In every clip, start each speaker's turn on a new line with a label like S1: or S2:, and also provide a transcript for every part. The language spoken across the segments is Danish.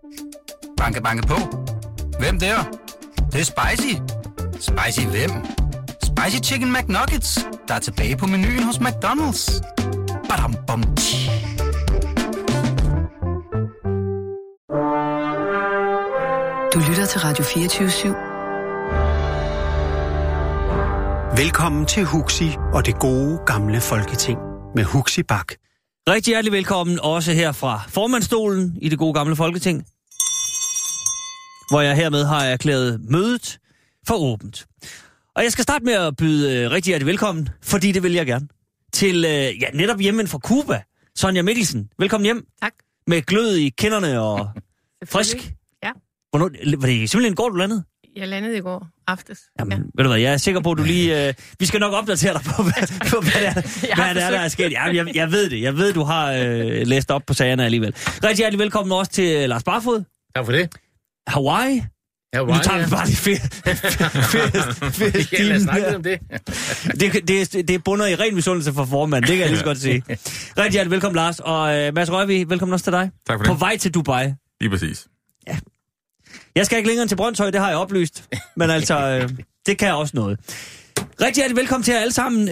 S1: Banke, banke på. Hvem der? Det er spicy. Spicy hvem? Spicy Chicken McNuggets, der er tilbage på menuen hos McDonald's. Badum, bom, tji.
S2: Du lytter til Radio 24/7.
S3: Velkommen til Huxi og det gode gamle folketing med Huxi Bak.
S4: Rigtig hjertelig velkommen også her fra formandsstolen i det gode gamle folketing, hvor jeg hermed har erklæret mødet for åbent. Og jeg skal starte med at byde rigtig hjertelig velkommen, fordi det vil jeg gerne, til netop hjemmen fra Cuba, Sonja Mikkelsen. Velkommen hjem.
S5: Tak. Med
S4: glød i kinderne og frisk.
S5: Ja.
S4: Hvornår, var det simpelthen i går, du landede?
S5: Jeg landede i går aftes.
S4: Jamen, ved du hvad, jeg er sikker på, at du lige... vi skal nok opdatere dig på, hvad det er, der er sket. Jamen, jeg ved det. Jeg ved, du har læst op på sagerne alligevel. Rigtig hjertelig velkommen også til Lars Barfod.
S6: Tak for det.
S4: Hawaii. Nu tager vi bare de fede
S6: lad os snakke om det.
S4: Det bunder i ren misundelse for formanden, det kan jeg lige så godt sige. Rigtig hjertelig velkommen, Lars. Og Mads Rørvig, velkommen også til dig.
S7: Tak for det.
S4: På vej til Dubai.
S7: Lige præcis.
S4: Ja. Jeg skal ikke længere til Brøndshøj, det har jeg oplyst. Men altså, det kan også noget. Rigtig hjertelig velkommen til jer alle sammen.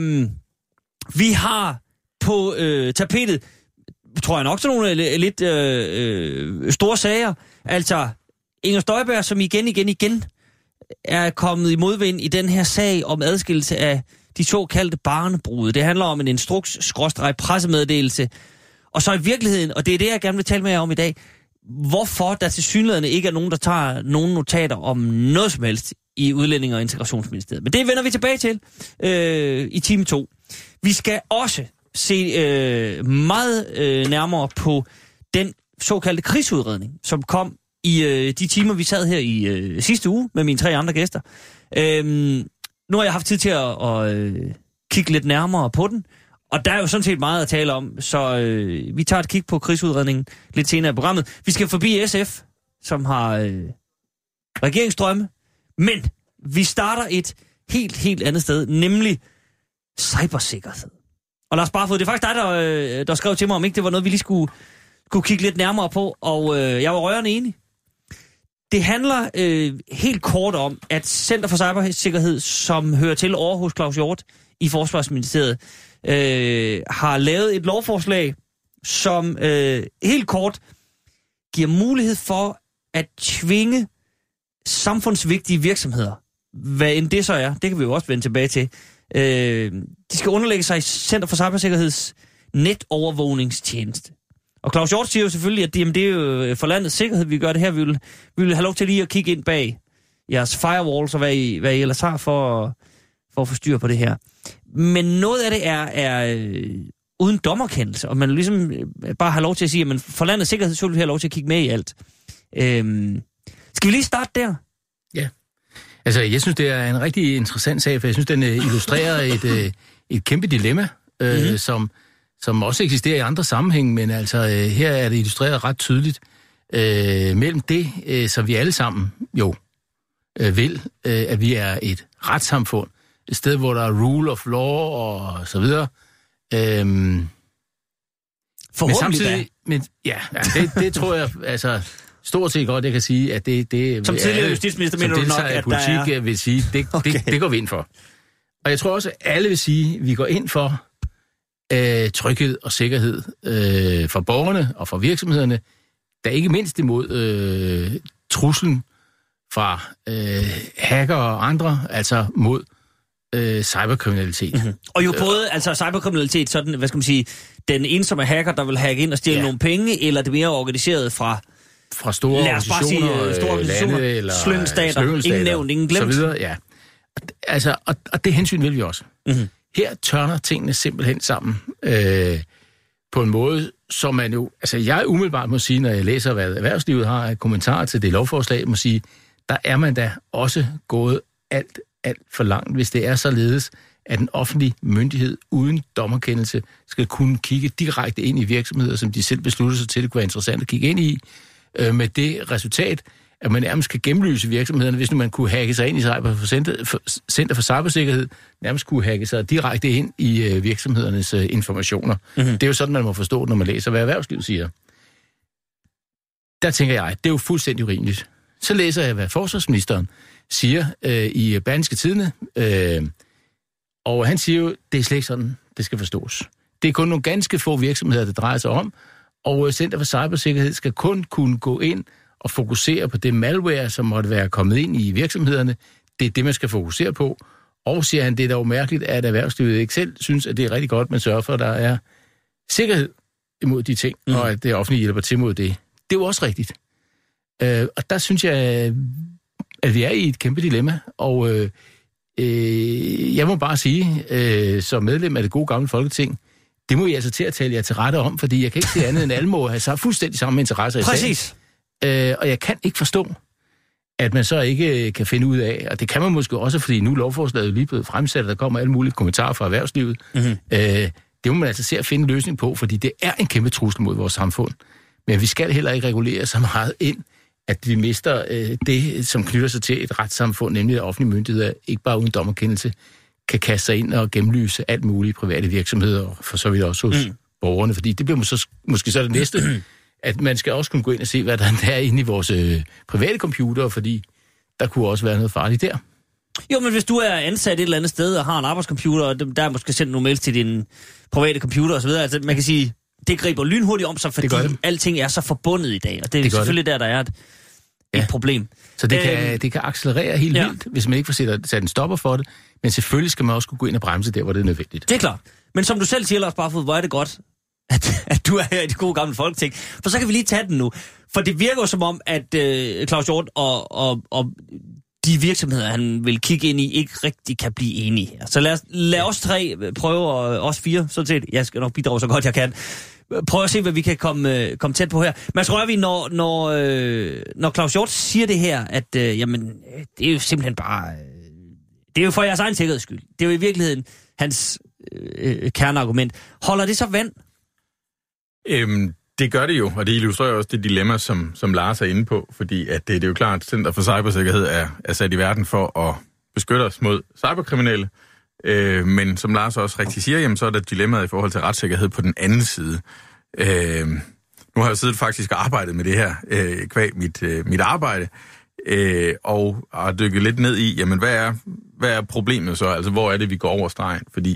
S4: Vi har på tapetet, tror jeg nok, sådan nogle lidt store sager. Altså, Inger Støjberg, som igen er kommet i modvind i den her sag om adskillelse af de såkaldte barnebrude. Det handler om en instruks-pressemeddelelse. Og så i virkeligheden, og det er det, jeg gerne vil tale med jer om i dag, hvorfor der tilsyneladende ikke er nogen, der tager nogen notater om noget som helst i Udlændinge- og Integrationsministeriet. Men det vender vi tilbage til i time 2. Vi skal også se meget nærmere på den såkaldte krigsudredning, som kom i de timer, vi sad her i sidste uge med mine 3 andre gæster. Nu har jeg haft tid til at kigge lidt nærmere på den, og der er jo sådan set meget at tale om, så vi tager et kig på krigsudredningen lidt senere i programmet. Vi skal forbi SF, som har regeringsdrømme, men vi starter et helt andet sted, nemlig cybersikkerhed. Og Lars Barfod, det er faktisk dig, der skrev til mig, om ikke det var noget, vi lige skulle kigge lidt nærmere på, og jeg var rørende enig. Det handler helt kort om, at Center for Cybersikkerhed, som hører til over hos Claus Hjort i Forsvarsministeriet, har lavet et lovforslag, som helt kort giver mulighed for at tvinge samfundsvigtige virksomheder, hvad end det så er, det kan vi jo også vende tilbage til, de skal underlægge sig i Center for Cybersikkerheds netovervågningstjeneste. Og Claus Hjort siger jo selvfølgelig, at det er jo for landets sikkerhed, vi gør det her. Vi vil have lov til lige at kigge ind bag jeres firewalls, og hvad I ellers har for at få styr på det her. Men noget af det er uden dommerkendelse, og man ligesom bare har lov til at sige, at man for landets sikkerhed, så vil vi have lov til at kigge med i alt. Skal vi lige starte der?
S6: Ja. Altså, jeg synes, det er en rigtig interessant sag, for jeg synes, den illustrerer et kæmpe dilemma, som også eksisterer i andre sammenhæng, men altså her er det illustreret ret tydeligt mellem det, som vi alle sammen jo vil, at vi er et retssamfund, et sted, hvor der er rule of law og så videre. Men samtidig, det tror jeg, altså stort set godt, jeg kan sige, at det
S4: som tidligere justitsminister mener du nok, at
S6: politik, der er... vil sige, det går vi ind for. Og jeg tror også, at alle vil sige, at vi går ind for tryghed og sikkerhed for borgerne og for virksomhederne, der ikke mindst imod truslen fra hacker og andre, altså mod cyberkriminalitet. Mm-hmm.
S4: Og jo både altså cyberkriminalitet, sådan, hvad skal man sige, den ensomme hacker, der vil hacke ind og stjæle nogle penge, eller det mere organiseret fra
S6: store organisationer, lande, eller
S4: slyngstater, ingen nævnt, ingen glemt.
S6: Så videre, ja. Altså, og det hensyn vil vi også. Mm-hmm. Her tørner tingene simpelthen sammen på en måde, som man jo... Altså, jeg umiddelbart må sige, når jeg læser, hvad erhvervslivet har af kommentarer til det lovforslag, må sige, der er man da også gået alt for langt, hvis det er således, at en offentlig myndighed uden dommerkendelse skal kunne kigge direkte ind i virksomheder, som de selv beslutter sig til, det kunne være interessant at kigge ind i, med det resultat, at man nærmest kan gennemlyse virksomhederne, hvis nu man kunne hacke sig ind i Center for Cybersikkerhed, nærmest kunne hacke sig direkte ind i virksomhedernes informationer. Mm-hmm. Det er jo sådan, man må forstå, når man læser, hvad erhvervslivet siger. der tænker jeg, det er jo fuldstændig urimeligt. Så læser jeg, hvad forsvarsministeren siger i Berlingske Tidende, og han siger jo, det er slet ikke sådan, det skal forstås. Det er kun nogle ganske få virksomheder, det drejer sig om, og Center for Cybersikkerhed skal kun kunne gå ind og fokusere på det malware, som måtte være kommet ind i virksomhederne. Det er det, man skal fokusere på. Og siger han, det er dog mærkeligt, at erhvervslivet ikke selv synes, at det er rigtig godt, man sørger for, at der er sikkerhed imod de ting, og at det offentlige hjælper til mod det. Det er jo også rigtigt. Og der synes jeg, at vi er i et kæmpe dilemma, og jeg må bare sige, som medlem af det gode gamle Folketing, det må I altså til at tale jer til rette om, fordi jeg kan ikke se andet end alle må have så fuldstændig samme interesser i sagen.
S4: Præcis.
S6: Og jeg kan ikke forstå, at man så ikke kan finde ud af, og det kan man måske også, fordi nu lovforslaget er lige blevet fremsat, og der kommer alle mulige kommentarer fra erhvervslivet. Mm-hmm. Det må man altså se at finde en løsning på, fordi det er en kæmpe trussel mod vores samfund. Men vi skal heller ikke regulere så meget ind, at vi mister det, som knytter sig til et retssamfund, nemlig at offentlige myndigheder, ikke bare uden dommerkendelse, kan kaste sig ind og gennemlyse alt muligt private virksomheder, og for så vidt også hos borgerne, fordi det bliver måske så det næste, at man skal også kunne gå ind og se, hvad der er inde i vores private computer, fordi der kunne også være noget farligt der.
S4: Jo, men hvis du er ansat et eller andet sted og har en arbejdscomputer, og der er måske sendt nogle mails til din private computer osv., altså man kan sige, det griber lynhurtigt om sig, fordi alting er så forbundet i dag, og det er selvfølgelig der er et problem.
S6: Så det kan accelerere helt vildt, hvis man ikke får sat en stopper for det, men selvfølgelig skal man også kunne gå ind og bremse der, hvor det er nødvendigt.
S4: Det er klart. Men som du selv siger, Lars Barfod, hvor er det godt, at du er her i det gode gamle Folketing. For så kan vi lige tage den nu. For det virker jo som om, at Claus Hjort og de virksomheder, han vil kigge ind i, ikke rigtig kan blive enige her. Så lad os tre prøve, og os fire, sådan set, jeg skal nok bidrage så godt jeg kan, prøve at se, hvad vi kan komme tæt på her. Men så rører vi, når Claus Hjort siger det her, at jamen, det er jo simpelthen bare... det er jo for jeres egen sikkerheds skyld. Det er jo i virkeligheden hans kerneargument. Holder det så vand?
S7: Det gør det jo, og det illustrerer også det dilemma, som Lars er inde på, fordi at det er jo klart, at Center for Cybersikkerhed er sat i verden for at beskytte os mod cyberkriminelle, men som Lars også rigtig siger, jamen, så er der dilemmaet i forhold til retssikkerhed på den anden side. Nu har jeg siddet faktisk og arbejdet med det her kvæg mit arbejde, og har dykket lidt ned i, jamen hvad er problemet så? Altså hvor er det, vi går over stregen? Fordi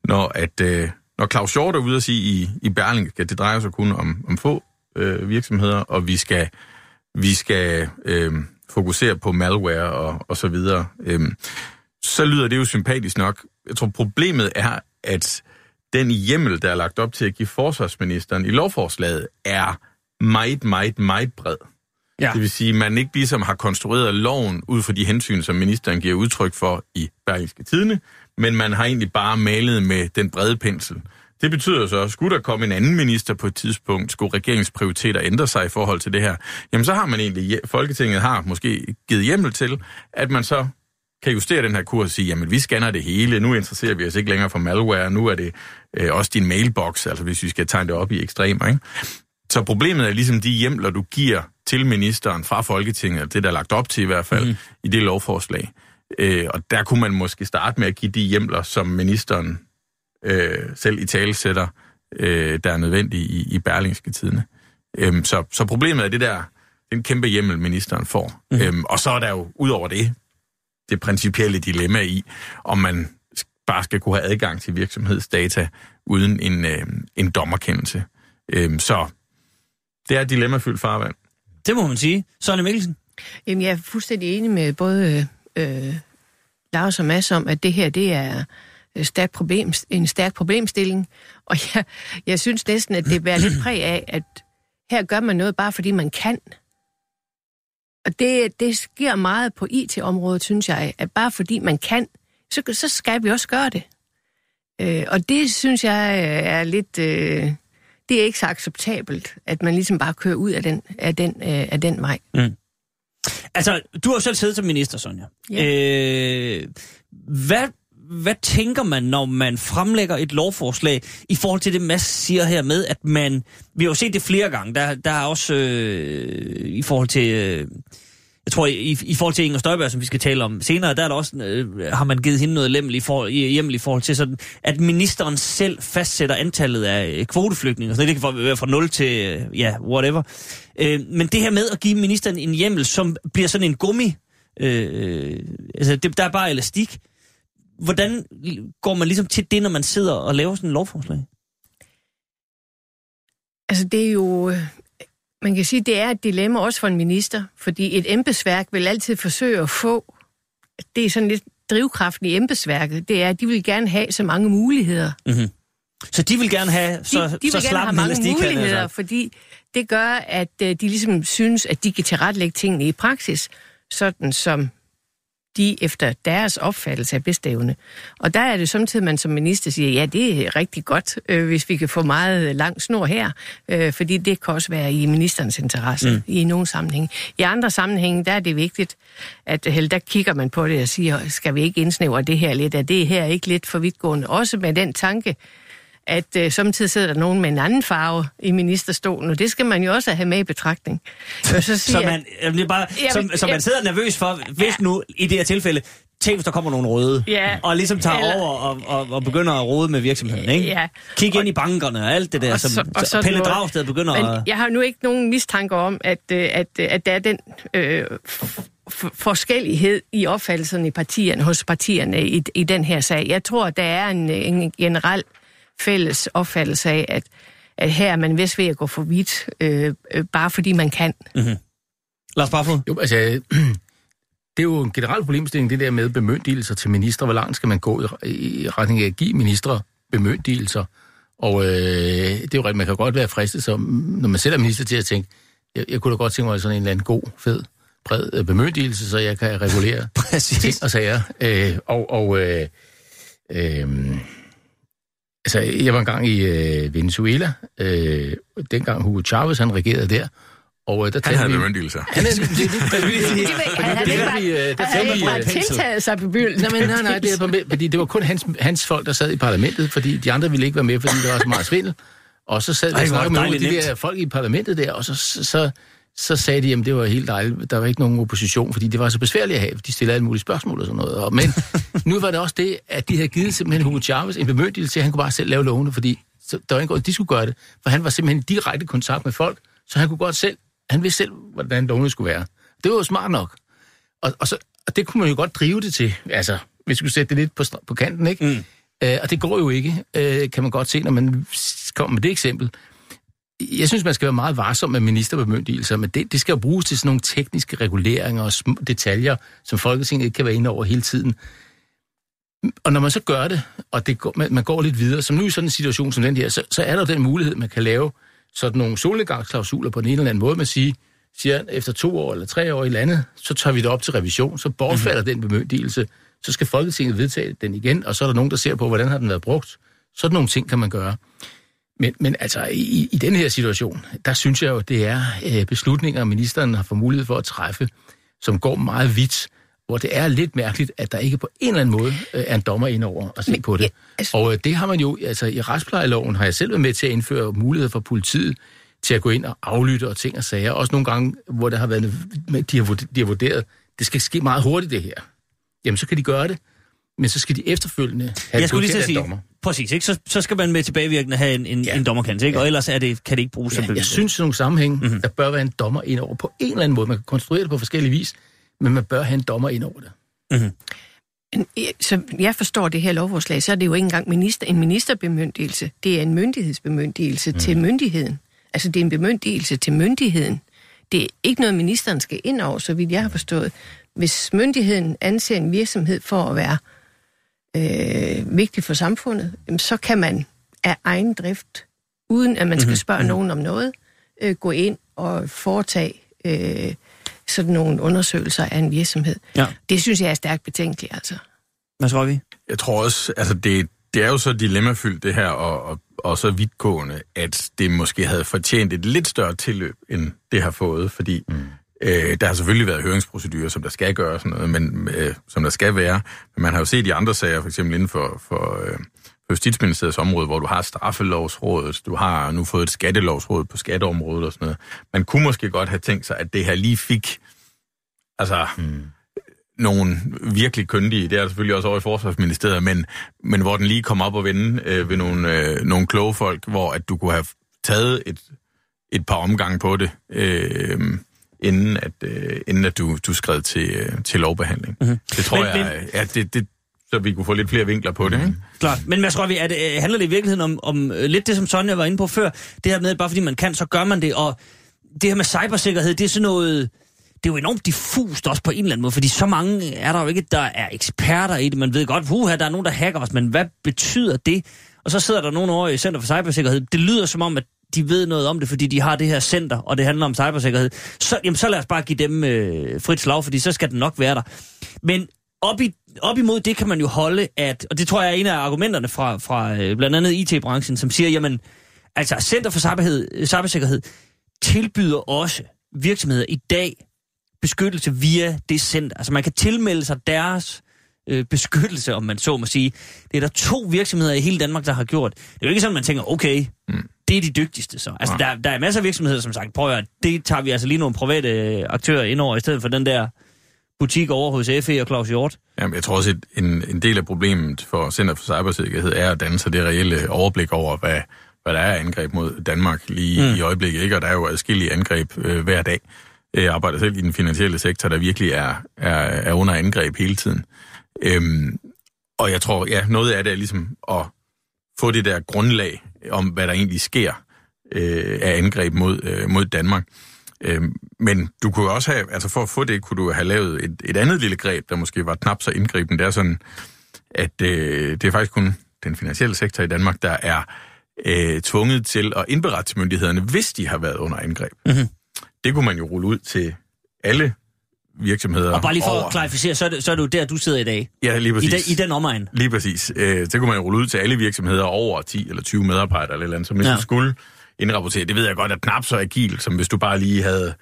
S7: når Claus Hjort er ude at sige i Berlingske, det drejer sig kun om få virksomheder, og vi skal fokusere på malware og så videre, så lyder det jo sympatisk nok. Jeg tror, problemet er, at den hjemmel, der er lagt op til at give forsvarsministeren i lovforslaget, er meget, meget, meget bred. Ja. Det vil sige, at man ikke ligesom har konstrueret loven ud fra de hensyn, som ministeren giver udtryk for i Berlingske Tidende, men man har egentlig bare malet med den brede pensel. Det betyder så, at skulle der komme en anden minister på et tidspunkt, skulle regeringsprioriteter ændre sig i forhold til det her, jamen så har man egentlig, Folketinget har måske givet hjemmel til, at man så kan justere den her kurs og sige, jamen vi scanner det hele, nu interesserer vi os ikke længere for malware, nu er det også din mailbox, altså hvis vi skal tegne det op i ekstremer, ikke? Så problemet er ligesom de hjemler, du giver til ministeren fra Folketinget, det der er lagt op til i hvert fald, i det lovforslag. Og der kunne man måske starte med at give de hjemler, som ministeren selv i tale sætter, der er nødvendige i Berlingske Tidende. Så problemet er den kæmpe hjemmel, ministeren får. Og så er der jo ud over det principielle dilemma i, om man bare skal kunne have adgang til virksomhedsdata uden en dommerkendelse. Så det er et dilemmafyldt farvand.
S4: Det må man sige. Sonja Mikkelsen?
S5: Jamen, jeg er fuldstændig enig med både Lars og Mads om, at det her, det er en stærk problemstilling. Og jeg synes næsten, at det bærer lidt præg af, at her gør man noget bare fordi man kan. Og det sker meget på IT-området, synes jeg, at bare fordi man kan, så skal vi også gøre det. Og det synes jeg er lidt... det er ikke så acceptabelt, at man ligesom bare kører ud af den vej. Mm.
S4: Altså, du har selv siddet som minister, Sonja.
S5: Ja.
S4: Hvad tænker man, når man fremlægger et lovforslag i forhold til det, Mads siger her med, at man... Vi har jo set det flere gange. Der er også i forhold til jeg tror, i forhold til Inger Støjberg, som vi skal tale om senere, der er der også, har man givet hende noget hjemmel i forhold til sådan, at ministeren selv fastsætter antallet af kvoteflygtninge, så det kan være fra 0 til, whatever. Men det her med at give ministeren en hjemmel, som bliver sådan en gummi, der er bare elastik. Hvordan går man ligesom til det, når man sidder og laver sådan en lovforslag?
S5: Altså, det er jo... Man kan sige, det er et dilemma også for en minister, fordi et embedsværk vil altid forsøge at få... Det er sådan lidt drivkraften i embedsværket. Det er, at de vil gerne have så mange muligheder.
S4: Mm-hmm. Så de vil gerne have
S5: de vil gerne have mange muligheder, fordi det gør, at de ligesom synes, at de kan tilrettelægge tingene i praksis, sådan som de efter deres opfattelse af bedste evne. Og der er det samtidig, man som minister siger, ja, det er rigtig godt, hvis vi kan få meget lang snor her, fordi det kan også være i ministerens interesse i nogle sammenhænge. I andre sammenhænge, der er det vigtigt, at der kigger man på det og siger, skal vi ikke indsnævre det her lidt? Er det her ikke lidt for vidtgående? Også med den tanke, at samtidig sidder der nogen med en anden farve i ministerstolen, og det skal man jo også have med i betragtning. Så
S4: man sidder nervøs for, hvis nu i det her tilfælde, tænk hvis der kommer nogle røde, og ligesom tager over og begynder at rode med virksomheden, ikke? Ja. Kig ind i bankerne og alt det der, så Pelle Dragsted begynder at...
S5: Jeg har nu ikke nogen mistanke om, at der er den... forskellighed i opfattelserne hos partierne i den her sag. Jeg tror, der er en generel fælles opfattelse af, at her er man vist ved at gå for vidt, bare fordi man kan.
S4: Mm-hmm. Lars Barfod?
S6: Jo, altså, det er jo en generel problemstilling, det der med bemyndigelser til ministre. Hvor langt skal man gå i retning af at give ministre bemyndigelser? Og det er jo rigtigt, man kan godt være fristet, så, når man selv er minister, til at tænke, jeg kunne da godt tænke mig sådan en eller anden god, fed, bred bemyndigelse, så jeg kan regulere ting og sager. Altså, jeg var engang i Venezuela, dengang Hugo Chavez, han regerede der, og der
S7: han havde bemyndigelser.
S5: Han havde ikke bare tiltaget sig bemyndigelser.
S6: Nej, fordi det var kun hans folk, der sad i parlamentet, fordi de andre ville ikke være med, fordi der var så meget svindel. Og så sad der og snakkede med nogle af de der folk i parlamentet der, og så sagde de, at det var helt dejligt, der var ikke nogen opposition, fordi det var så besværligt at have, de stillede alle mulige spørgsmål og sådan noget. Men nu var det også det, at de havde givet simpelthen Hugo Chavez en bemyndigelse til, at han kunne bare selv lave lovene, fordi der var ingen grund, de skulle gøre det, for han var simpelthen i direkte kontakt med folk, så han kunne godt selv, han vidste selv, hvordan lovene skulle være. Det var jo smart nok. Og det kunne man jo godt drive det til, altså, hvis vi skulle sætte det lidt på kanten, ikke? Og det går jo ikke, kan man godt se, når man kommer med det eksempel. Jeg synes, man skal være meget varsom med ministerbemyndigelser, men det skal jo bruges til sådan nogle tekniske reguleringer og små detaljer, som Folketinget ikke kan være inde over hele tiden. Og når man så gør det, og man går lidt videre, som nu i sådan en situation som den her, så er der den mulighed, man kan lave sådan nogle solnedgangsklausuler på den ene eller anden måde. Man siger, efter 2 år eller 3 år i landet, så tager vi det op til revision, så bortfalder den bemyndigelse, så skal Folketinget vedtage den igen, og så er der nogen, der ser på, hvordan har den været brugt. Sådan nogle ting kan man gøre. Men altså, i den her situation, der synes jeg jo, det er beslutninger, ministeren har fået mulighed for at træffe, som går meget vidt, hvor det er lidt mærkeligt, at der ikke på en eller anden måde er en dommer indover at se på det. Og det har man jo, altså i retsplejeloven har jeg selv været med til at indføre mulighed for politiet til at gå ind og aflytte og ting og sager. Også nogle gange, hvor der har været, de har vurderet, det skal ske meget hurtigt det her. Jamen, så kan de gøre det. Men så skal de efterfølgende have
S4: jeg skulle lige sige, dommer. Præcis, ikke? Så skal man med tilbagevirkende have en dommerkendelse, ikke? Og ellers kan det ikke bruges som
S6: jeg synes, i nogle sammenhæng, der bør være en dommer ind over på en eller anden måde. Man kan konstruere det på forskellige vis, men man bør have en dommer ind over det.
S5: Så jeg forstår det her lovforslag, så er det jo ikke engang en ministerbemyndigelse. Det er en myndighedsbemyndigelse til myndigheden. Altså, det er en bemyndigelse til myndigheden. Det er ikke noget, ministeren skal ind over, så vidt jeg har forstået. Hvis myndigheden anser en virksomhed for at være vigtig for samfundet, så kan man af egen drift, uden at man skal spørge nogen om noget, gå ind og foretage sådan nogle undersøgelser af en virksomhed. Ja. Det synes jeg er stærkt betænkeligt, altså.
S4: Hvad tror vi?
S7: Jeg tror også, altså det er jo så dilemmafyldt det her, og så vidtgående, at det måske havde fortjent et lidt større tilløb, end det har fået, fordi der har selvfølgelig været høringsprocedurer, som der skal gøre sådan noget, men som der skal være. Men man har jo set i andre sager, for eksempel inden for Justitsministeriets område, hvor du har straffelovsrådet, du har nu fået et skattelovsråd på skatteområdet og sådan noget. Man kunne måske godt have tænkt sig, at det her lige fik nogle virkelig kyndige, det er der selvfølgelig også over i Forsvarsministeriet, men hvor den lige kom op og vende ved nogle kloge folk, hvor at du kunne have taget et par omgange på det, inden at du skred til lovbehandling. Mm-hmm. Det tror jeg, så vi kunne få lidt flere vinkler på det. Ikke?
S4: Klart. Men hvad tror vi, handler det i virkeligheden om lidt det, som Sonja var inde på før, det her med, bare fordi man kan, så gør man det, og det her med cybersikkerhed, det er sådan noget, det er jo enormt diffust også på en eller anden måde, fordi så mange er der jo ikke, der er eksperter i det. Man ved godt, der er nogen, der hacker os, men hvad betyder det? Og så sidder der nogen over i Center for Cybersikkerhed. Det lyder som om, at de ved noget om det, fordi de har det her center, og det handler om cybersikkerhed. Så lad os bare give dem frit slag, fordi så skal den nok være der. Men op imod det kan man jo holde, at, og det tror jeg er en af argumenterne fra blandt andet IT-branchen, som siger, jamen, altså Center for Cybersikkerhed tilbyder også virksomheder i dag beskyttelse via det center. Altså man kan tilmelde sig deres beskyttelse, om man så må sige. Det er der 2 virksomheder i hele Danmark, der har gjort. Det er jo ikke sådan, man tænker, okay, det er de dygtigste så. Altså der er masser af virksomheder, som sagt, prøv at det tager vi altså lige nogle private aktører ind over, i stedet for den der butik over hos FE og Claus Hjort.
S7: Jamen, jeg tror også, at en del af problemet for Center for Cybersikkerhed er at danne sig det reelle overblik over, hvad der er angreb mod Danmark lige i øjeblikket, ikke? Og der er jo adskillige angreb hver dag. Jeg arbejder selv i den finansielle sektor, der virkelig er under angreb hele tiden. Og jeg tror, noget af det er ligesom at få det der grundlag om, hvad der egentlig sker af angreb mod Danmark. Men du kunne også have, altså for at få det, kunne du have lavet et andet lille greb, der måske var knap så indgribende. Det er sådan, at det er faktisk kun den finansielle sektor i Danmark, der er tvunget til at indberette til myndighederne, hvis de har været under angreb. Mm-hmm. Det kunne man jo rulle ud til alle virksomheder. Og bare
S4: lige for at klarificere, så er det jo der, du sidder i dag.
S7: Ja, lige præcis.
S4: I den omegn.
S7: Lige præcis. Det kunne man jo rulle ud til alle virksomheder over 10 eller 20 medarbejdere eller andet, som hvis du skulle indrapportere. Det ved jeg godt, at knap så agil, som hvis du bare lige havde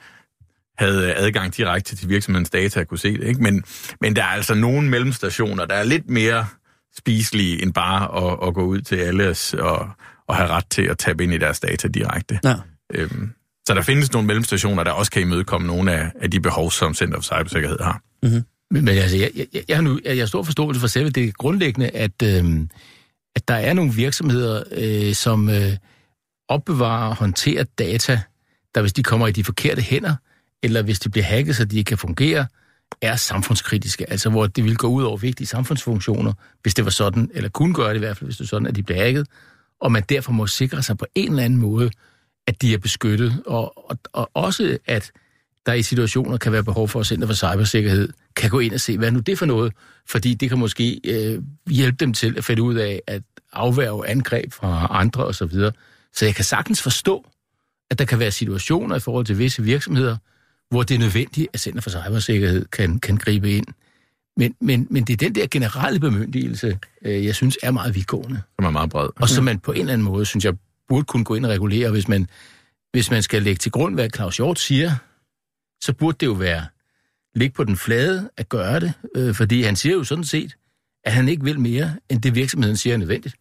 S7: adgang direkte til virksomhedens data at kunne se det. Ikke? Men der er altså nogle mellemstationer, der er lidt mere spiselige end bare at gå ud til alle og have ret til at tabe ind i deres data direkte. Ja. Så der findes nogle mellemstationer, der også kan imødekomme nogle af de behov, som Center for Cybersikkerhed har. Mm-hmm.
S6: Men altså, jeg har stor forståelse for selve det grundlæggende, at der er nogle virksomheder, som opbevarer og håndterer data, der hvis de kommer i de forkerte hænder, eller hvis de bliver hacket, så de ikke kan fungere, er samfundskritiske. Altså hvor det vil gå ud over vigtige samfundsfunktioner, hvis det var sådan, eller kunne gøre det i hvert fald, hvis det er sådan, at de bliver hacket, og man derfor må sikre sig på en eller anden måde, at de er beskyttet, og også, at der i situationer kan være behov for, at Center for Cybersikkerhed kan gå ind og se, hvad nu det for noget, fordi det kan måske hjælpe dem til at finde ud af at afværge angreb fra andre osv. Så jeg kan sagtens forstå, at der kan være situationer i forhold til visse virksomheder, hvor det er nødvendigt, at Center for Cybersikkerhed kan gribe ind. Men det er den der generelle bemyndigelse, jeg synes er meget vidtgående.
S7: Som er meget bred.
S6: Og som man på en eller anden måde, synes jeg, burde kunne gå ind og regulere. Hvis man skal lægge til grund, hvad Claus Hjort siger, så burde det jo ligge på den flade at gøre det, fordi han siger jo sådan set, at han ikke vil mere, end det virksomheden siger er nødvendigt.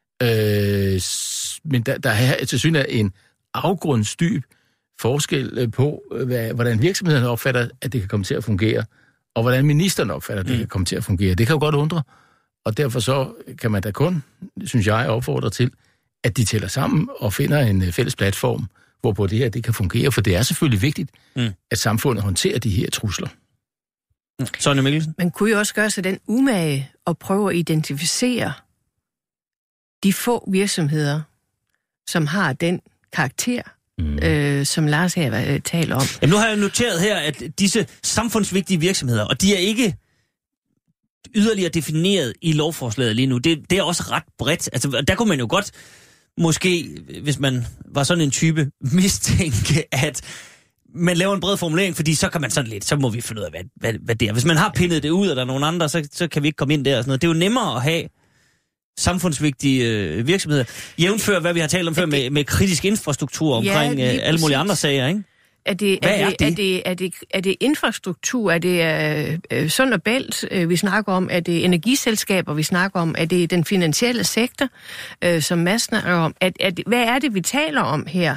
S6: Men der er til synligheden en afgrundsdyb forskel på, hvordan virksomheden opfatter, at det kan komme til at fungere, og hvordan ministeren opfatter, at det kan komme til at fungere. Det kan jo godt undre, og derfor så kan man da kun, synes jeg, opfordre til, at de tæller sammen og finder en fælles platform, hvorpå det her det kan fungere, for det er selvfølgelig vigtigt, at samfundet håndterer de her trusler.
S4: Sonja Mikkelsen?
S5: Man kunne jo også gøre sig den umage og prøve at identificere de få virksomheder, som har den karakter, som Lars her taler om.
S4: Jamen, nu har jeg noteret her, at disse samfundsvigtige virksomheder, og de er ikke yderligere defineret i lovforslaget lige nu, det er også ret bredt. Altså, der kunne man jo godt, måske, hvis man var sådan en type, mistænke, at man laver en bred formulering, fordi så kan man sådan lidt, så må vi finde ud af, hvad det er. Hvis man har pindet det ud, og der er nogen andre, så kan vi ikke komme ind der og sådan noget. Det er jo nemmere at have samfundsvigtige virksomheder. Jævnfør, hvad vi har talt om før med kritisk infrastruktur omkring alle mulige andre sager, ikke?
S5: Er det infrastruktur? Er det Sund og Bælt, vi snakker om? Er det energiselskaber, vi snakker om? Er det den finansielle sektor, som Mads snakker om? Hvad er det, vi taler om her?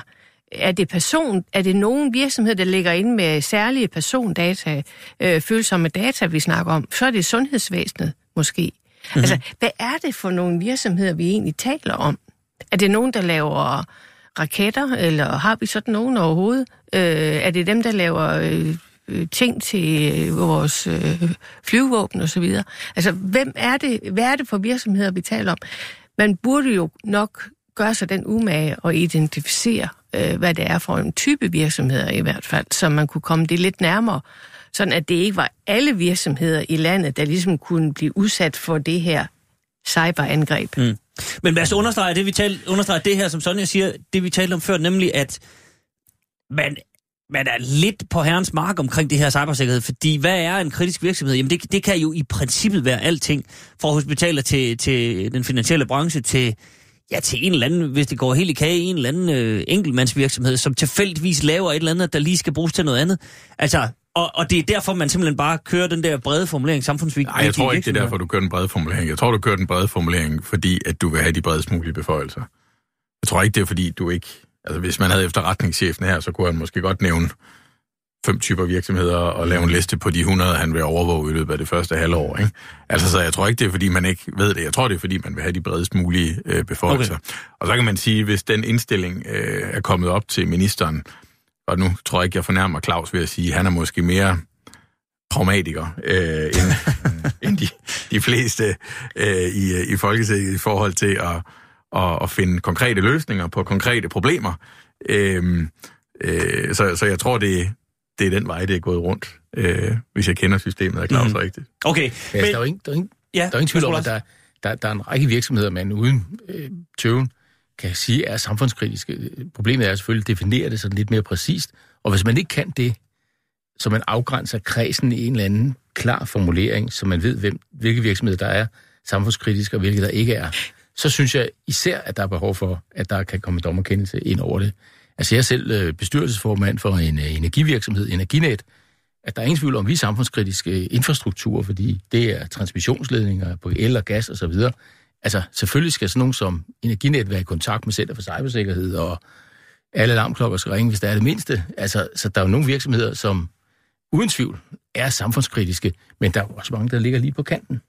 S5: er det nogen virksomhed, der ligger inde med særlige persondata, følsomme data, vi snakker om, så er det sundhedsvæsenet måske. Mm-hmm. Altså, hvad er det for nogle virksomheder, vi egentlig taler om? Er det nogen, der laver raketter, eller har vi sådan nogen overhovedet? Er det dem, der laver ting til vores flyvevåben osv.? Altså, hvad er det for virksomheder, vi taler om? Man burde jo nok gøre sig den umage og identificere, hvad det er for en type virksomheder i hvert fald, så man kunne komme det lidt nærmere, sådan at det ikke var alle virksomheder i landet, der ligesom kunne blive udsat for det her cyberangreb. Mm.
S4: Men lad os understrege det her, som Sonja siger, det vi talte om før, nemlig at man er lidt på herrens mark omkring det her cybersikkerhed, fordi hvad er en kritisk virksomhed? Jamen det kan jo i princippet være alting, fra hospitaler til den finansielle branche, til en eller anden, hvis det går helt i kage, en eller anden enkeltmandsvirksomhed, som tilfældigvis laver et eller andet, der lige skal bruges til noget andet. Altså, og det er derfor, man simpelthen bare kører den der brede formulering samfundsvigtige.
S7: Nej, jeg tror ikke, det er derfor, du kører den brede formulering. Jeg tror, du kører den brede formulering, fordi at du vil have de bredest mulige beføjelser. Jeg tror ikke, det er fordi, du ikke... Altså, hvis man havde efterretningschefen her, så kunne han måske godt nævne 5 typer virksomheder og lave en liste på de 100, han vil overvåge i løbet af det første halvår, ikke? Altså, så jeg tror ikke, det er, fordi man ikke ved det. Jeg tror, det er, fordi man vil have de bredest mulige beføjelser. Okay. Og så kan man sige, hvis den indstilling er kommet op til ministeren, og nu tror jeg ikke, jeg fornærmer Claus ved at sige, at han er måske mere pragmatiker end de fleste i Folketinget i forhold til at finde konkrete løsninger på konkrete problemer. Så jeg tror, det er den vej, det er gået rundt, hvis jeg kender systemet af Claus rigtigt.
S4: Okay.
S6: Men, der er jo ingen tvivl om, at der er en række virksomheder, man uden tøven kan sige, er samfundskritiske. Problemet er selvfølgelig at definere det sådan lidt mere præcist, og hvis man ikke kan det, så man afgrænser kredsen i en eller anden klar formulering, så man ved, hvilke virksomheder der er samfundskritiske, og hvilke der ikke er, så synes jeg især, at der er behov for, at der kan komme en dommerkendelse ind over det. Altså jeg er selv bestyrelsesformand for en energivirksomhed, Energinet, at der er ingen tvivl om, vi er samfundskritiske infrastrukturer, fordi det er transmissionsledninger på el og gas osv. Altså selvfølgelig skal sådan nogen som Energinet være i kontakt med Center for Cybersikkerhed, og alle alarmklokker skal ringe, hvis der er det mindste. Altså, så der er jo nogle virksomheder, som uden tvivl er samfundskritiske, men der er også mange, der ligger lige på kanten.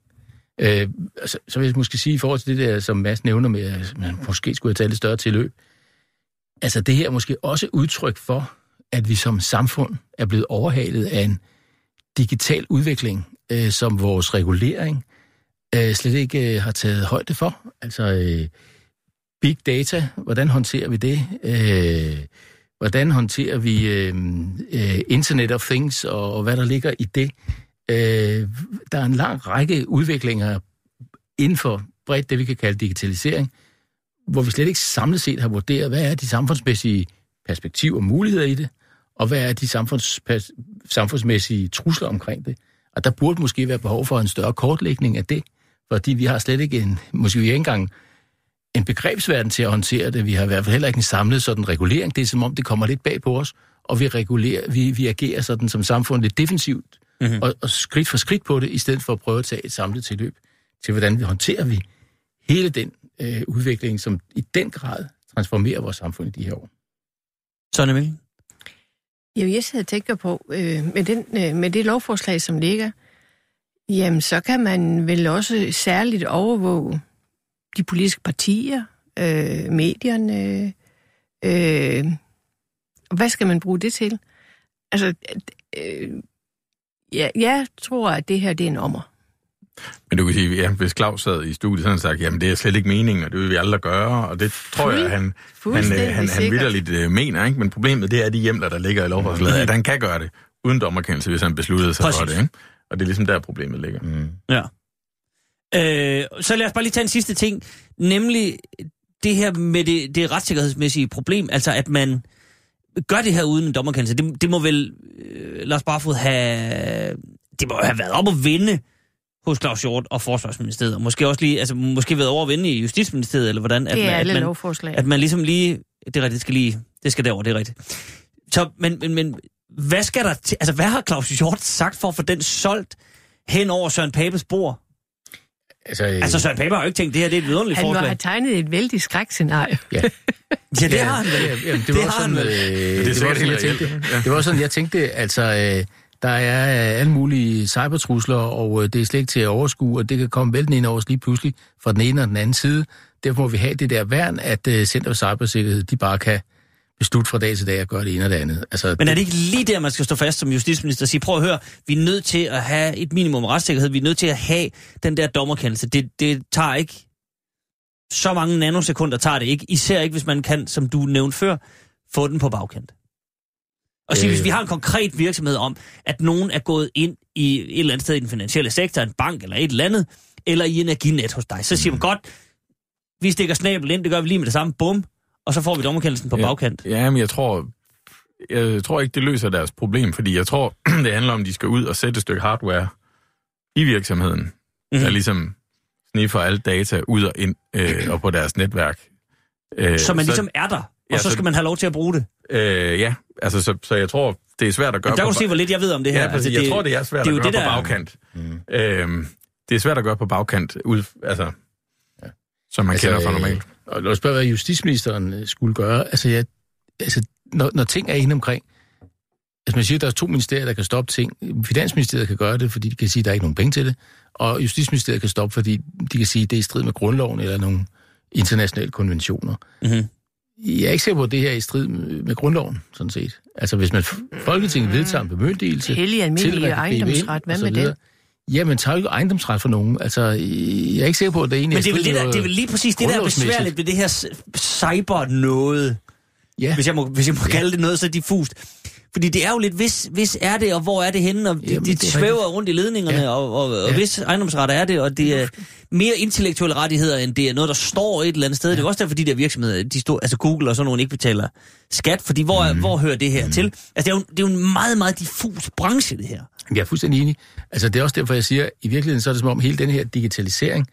S6: Så vil jeg måske sige, i forhold til det der, som Mads nævner med, at man måske skulle have taget lidt større tilløb, altså det her er måske også udtryk for, at vi som samfund er blevet overhalet af en digital udvikling, som vores regulering slet ikke har taget højde for. Altså big data, hvordan håndterer vi det? Hvordan håndterer vi Internet of Things og hvad der ligger i det? Der er en lang række udviklinger inden for bredt det, vi kan kalde digitalisering, hvor vi slet ikke samlet set har vurderet, hvad er de samfundsmæssige perspektiver og muligheder i det, og hvad er de samfundsmæssige trusler omkring det. Og der burde måske være behov for en større kortlægning af det, fordi vi har slet ikke måske ikke engang en begrebsverden til at håndtere det. Vi har i hvert fald heller ikke en samlet sådan regulering. Det er som om, det kommer lidt bag på os, og vi agerer sådan som samfund lidt defensivt, og skridt for skridt på det, i stedet for at prøve at tage et samlet tilløb til, hvordan vi håndterer hele den udvikling, som i den grad transformerer vores samfund i de her år.
S4: Sådan Emil?
S5: Jeg sidder og tænker på, med det lovforslag, som ligger, jamen så kan man vel også særligt overvåge de politiske partier, medierne. Hvad skal man bruge det til? Altså, jeg tror, at det her det er en ommer.
S7: Men du kan sige, ja, hvis Claus sad i studiet, så han sagt, jamen det er slet ikke meningen, og det vil vi aldrig gøre, og det tror jeg, han vitterligt mener, ikke? Men problemet, det er de hjemler, der ligger i lovforslaget, at han kan gøre det uden dommerkendelse, hvis han besluttede sig for det, ikke? Og det er ligesom der, problemet ligger.
S4: Ja. Så lad os bare lige tage en sidste ting, nemlig det her med det retssikkerhedsmæssige problem, altså at man gør det her uden en dommerkendelse. Det må vel, Lars Barfod, det må have været op at vinde hos Claus Hjort og Forsvarsministeriet, og måske også lige, altså måske været over at vinde i Justitsministeriet, eller hvordan?
S5: Det er alle lovforslag.
S4: At man ligesom lige, det er rigtigt, det skal derover, det er rigtigt. Så, men hvad skal der til, altså hvad har Claus Hjort sagt for at få den solgt hen over Søren Papes bord? Altså Søren Pape har jo ikke tænkt, det her det er et vidunderligt
S5: Han må
S4: forslag.
S5: have tegnet et vældig skrækscenarie.
S6: Ja.
S4: Ja, det har han vel.
S6: Jamen, det var også sådan, det var sådan, jeg tænkte, altså, der er alle mulige cybertrusler, og det er slet ikke til at overskue, og det kan komme vælten ind over os lige pludselig fra den ene og den anden side. Derfor må vi have det der værn, at Center for Cybersikkerhed, de bare kan beslutte fra dag til dag at gøre det ene og det andet. Altså,
S4: men er det ikke lige der, man skal stå fast som justitsminister og sige, prøv at høre, vi er nødt til at have et minimum retssikkerhed, vi er nødt til at have den der dommerkendelse. Det tager ikke så mange nanosekunder, tager det ikke. Især ikke, hvis man kan, som du nævnte før, få den på bagkant. Og sige, hvis vi har en konkret virksomhed om, at nogen er gået ind i et eller andet sted i den finansielle sektor, en bank eller et eller andet, eller i Energinet hos dig, så siger man godt, vi stikker snabel ind, det gør vi lige med det samme, bum, og så får vi dommerkendelsen på bagkant.
S7: Ja, men jeg tror ikke, det løser deres problem, fordi jeg tror, det handler om, at de skal ud og sætte et stykke hardware i virksomheden, der ligesom sniffer alle data ud og ind og på deres netværk.
S4: Så man ligesom er der, og så skal man have lov til at bruge det?
S7: Ja, altså så jeg tror, det er svært at gøre.
S4: Men der kan du se, hvor lidt jeg ved om det her.
S7: Ja, altså, jeg tror, det er svært at gøre på bagkant. Det er svært at gøre på bagkant, som man kender fra normalt.
S6: Og lad os spørge, hvad justitsministeren skulle gøre. Når ting er inde omkring, altså man siger, at der er 2 ministerier, der kan stoppe ting. Finansministeriet kan gøre det, fordi de kan sige, at der er ikke nogen penge til det. Og Justitsministeriet kan stoppe, fordi de kan sige, at det er i strid med grundloven eller nogle internationale konventioner. Mm-hmm. Jeg er ikke sikker på, at det her er i strid med grundloven, sådan set. Altså hvis man Folketinget vedtager en bemyndigelse...
S5: Hellig almindelig ejendomsret, hvad med det?
S6: Jamen, tager jo ikke ejendomsret for nogen. Altså, jeg er ikke sikker på, at det egentlig
S4: er strid. Men det er vel lige præcis det, der er besværligt ved det her cyber-noget. Ja. Hvis jeg må kalde det noget så diffust. Fordi det er jo lidt, hvis er det, og hvor er det henne, og de svæver rundt i ledningerne, og hvis ejendomsret er det, og det er mere intellektuelle rettigheder, end det er noget, der står et eller andet sted. Det er også derfor, de der virksomheder, altså Google og sådan nogle, ikke betaler skat, fordi hvor hører det her til? Altså, det er jo en meget, meget diffus branche, det her.
S6: Jeg er fuldstændig enig. Altså, det er også derfor, jeg siger, i virkeligheden så er det som om hele den her digitalisering,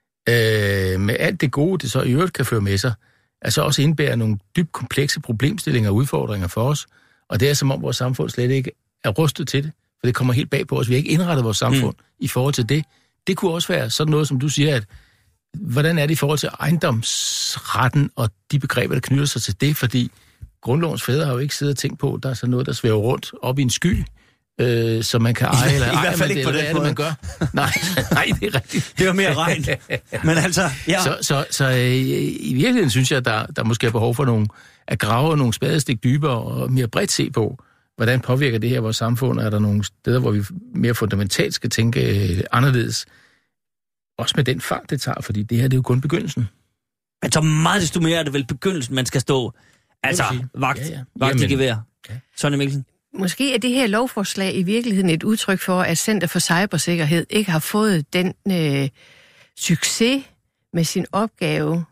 S6: med alt det gode, det så i øvrigt kan føre med sig, altså også indbærer nogle dybt komplekse problemstillinger og udfordringer for os. Og det er som om vores samfund slet ikke er rustet til det, for det kommer helt bag på os. Vi har ikke indrettet vores samfund i forhold til det. Det kunne også være sådan noget, som du siger, at hvordan er det i forhold til ejendomsretten og de begreber, der knytter sig til det, fordi grundlovens fædre har jo ikke siddet og tænkt på, at der er sådan noget, der svæver rundt op i en sky, som man kan eje eller eje, men det er det, man gør. Nej, det er rigtigt.
S4: Det er jo mere regn. Men altså, ja.
S6: Så i virkeligheden synes jeg, at der måske er behov for at grave nogle spadestik dybere og mere bredt se på, hvordan påvirker det her vores samfund. Er der nogle steder, hvor vi mere fundamentalt skal tænke anderledes? Også med den fart, det tager, fordi det her det er jo kun begyndelsen.
S4: Men så meget desto mere er det vel begyndelsen, man skal stå. Altså, vagt i gevær. Ja. Sonja Mikkelsen.
S5: Måske er det her lovforslag i virkeligheden et udtryk for, at Center for Cybersikkerhed ikke har fået den succes med sin opgave,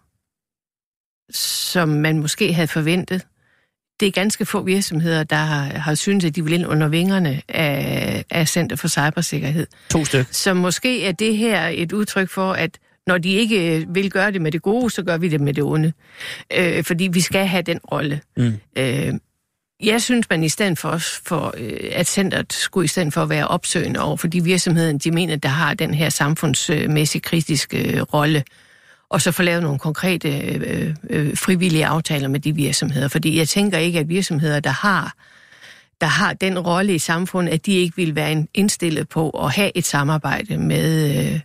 S5: som man måske havde forventet. Det er ganske få virksomheder, der har syntes, at de vil ind under vingerne af Center for Cybersikkerhed.
S4: 2 stykker.
S5: Så måske er det her et udtryk for, at når de ikke vil gøre det med det gode, så gør vi det med det onde. Fordi vi skal have den rolle. Jeg synes, man i stedet for at centret skulle i stedet for at være opsøgende over for de virksomheder, de mener, der har den her samfundsmæssigt kritiske rolle, og så få lavet nogle konkrete frivillige aftaler med de virksomheder. Fordi jeg tænker ikke, at virksomheder, der har den rolle i samfundet, at de ikke vil være indstillet på at have et samarbejde med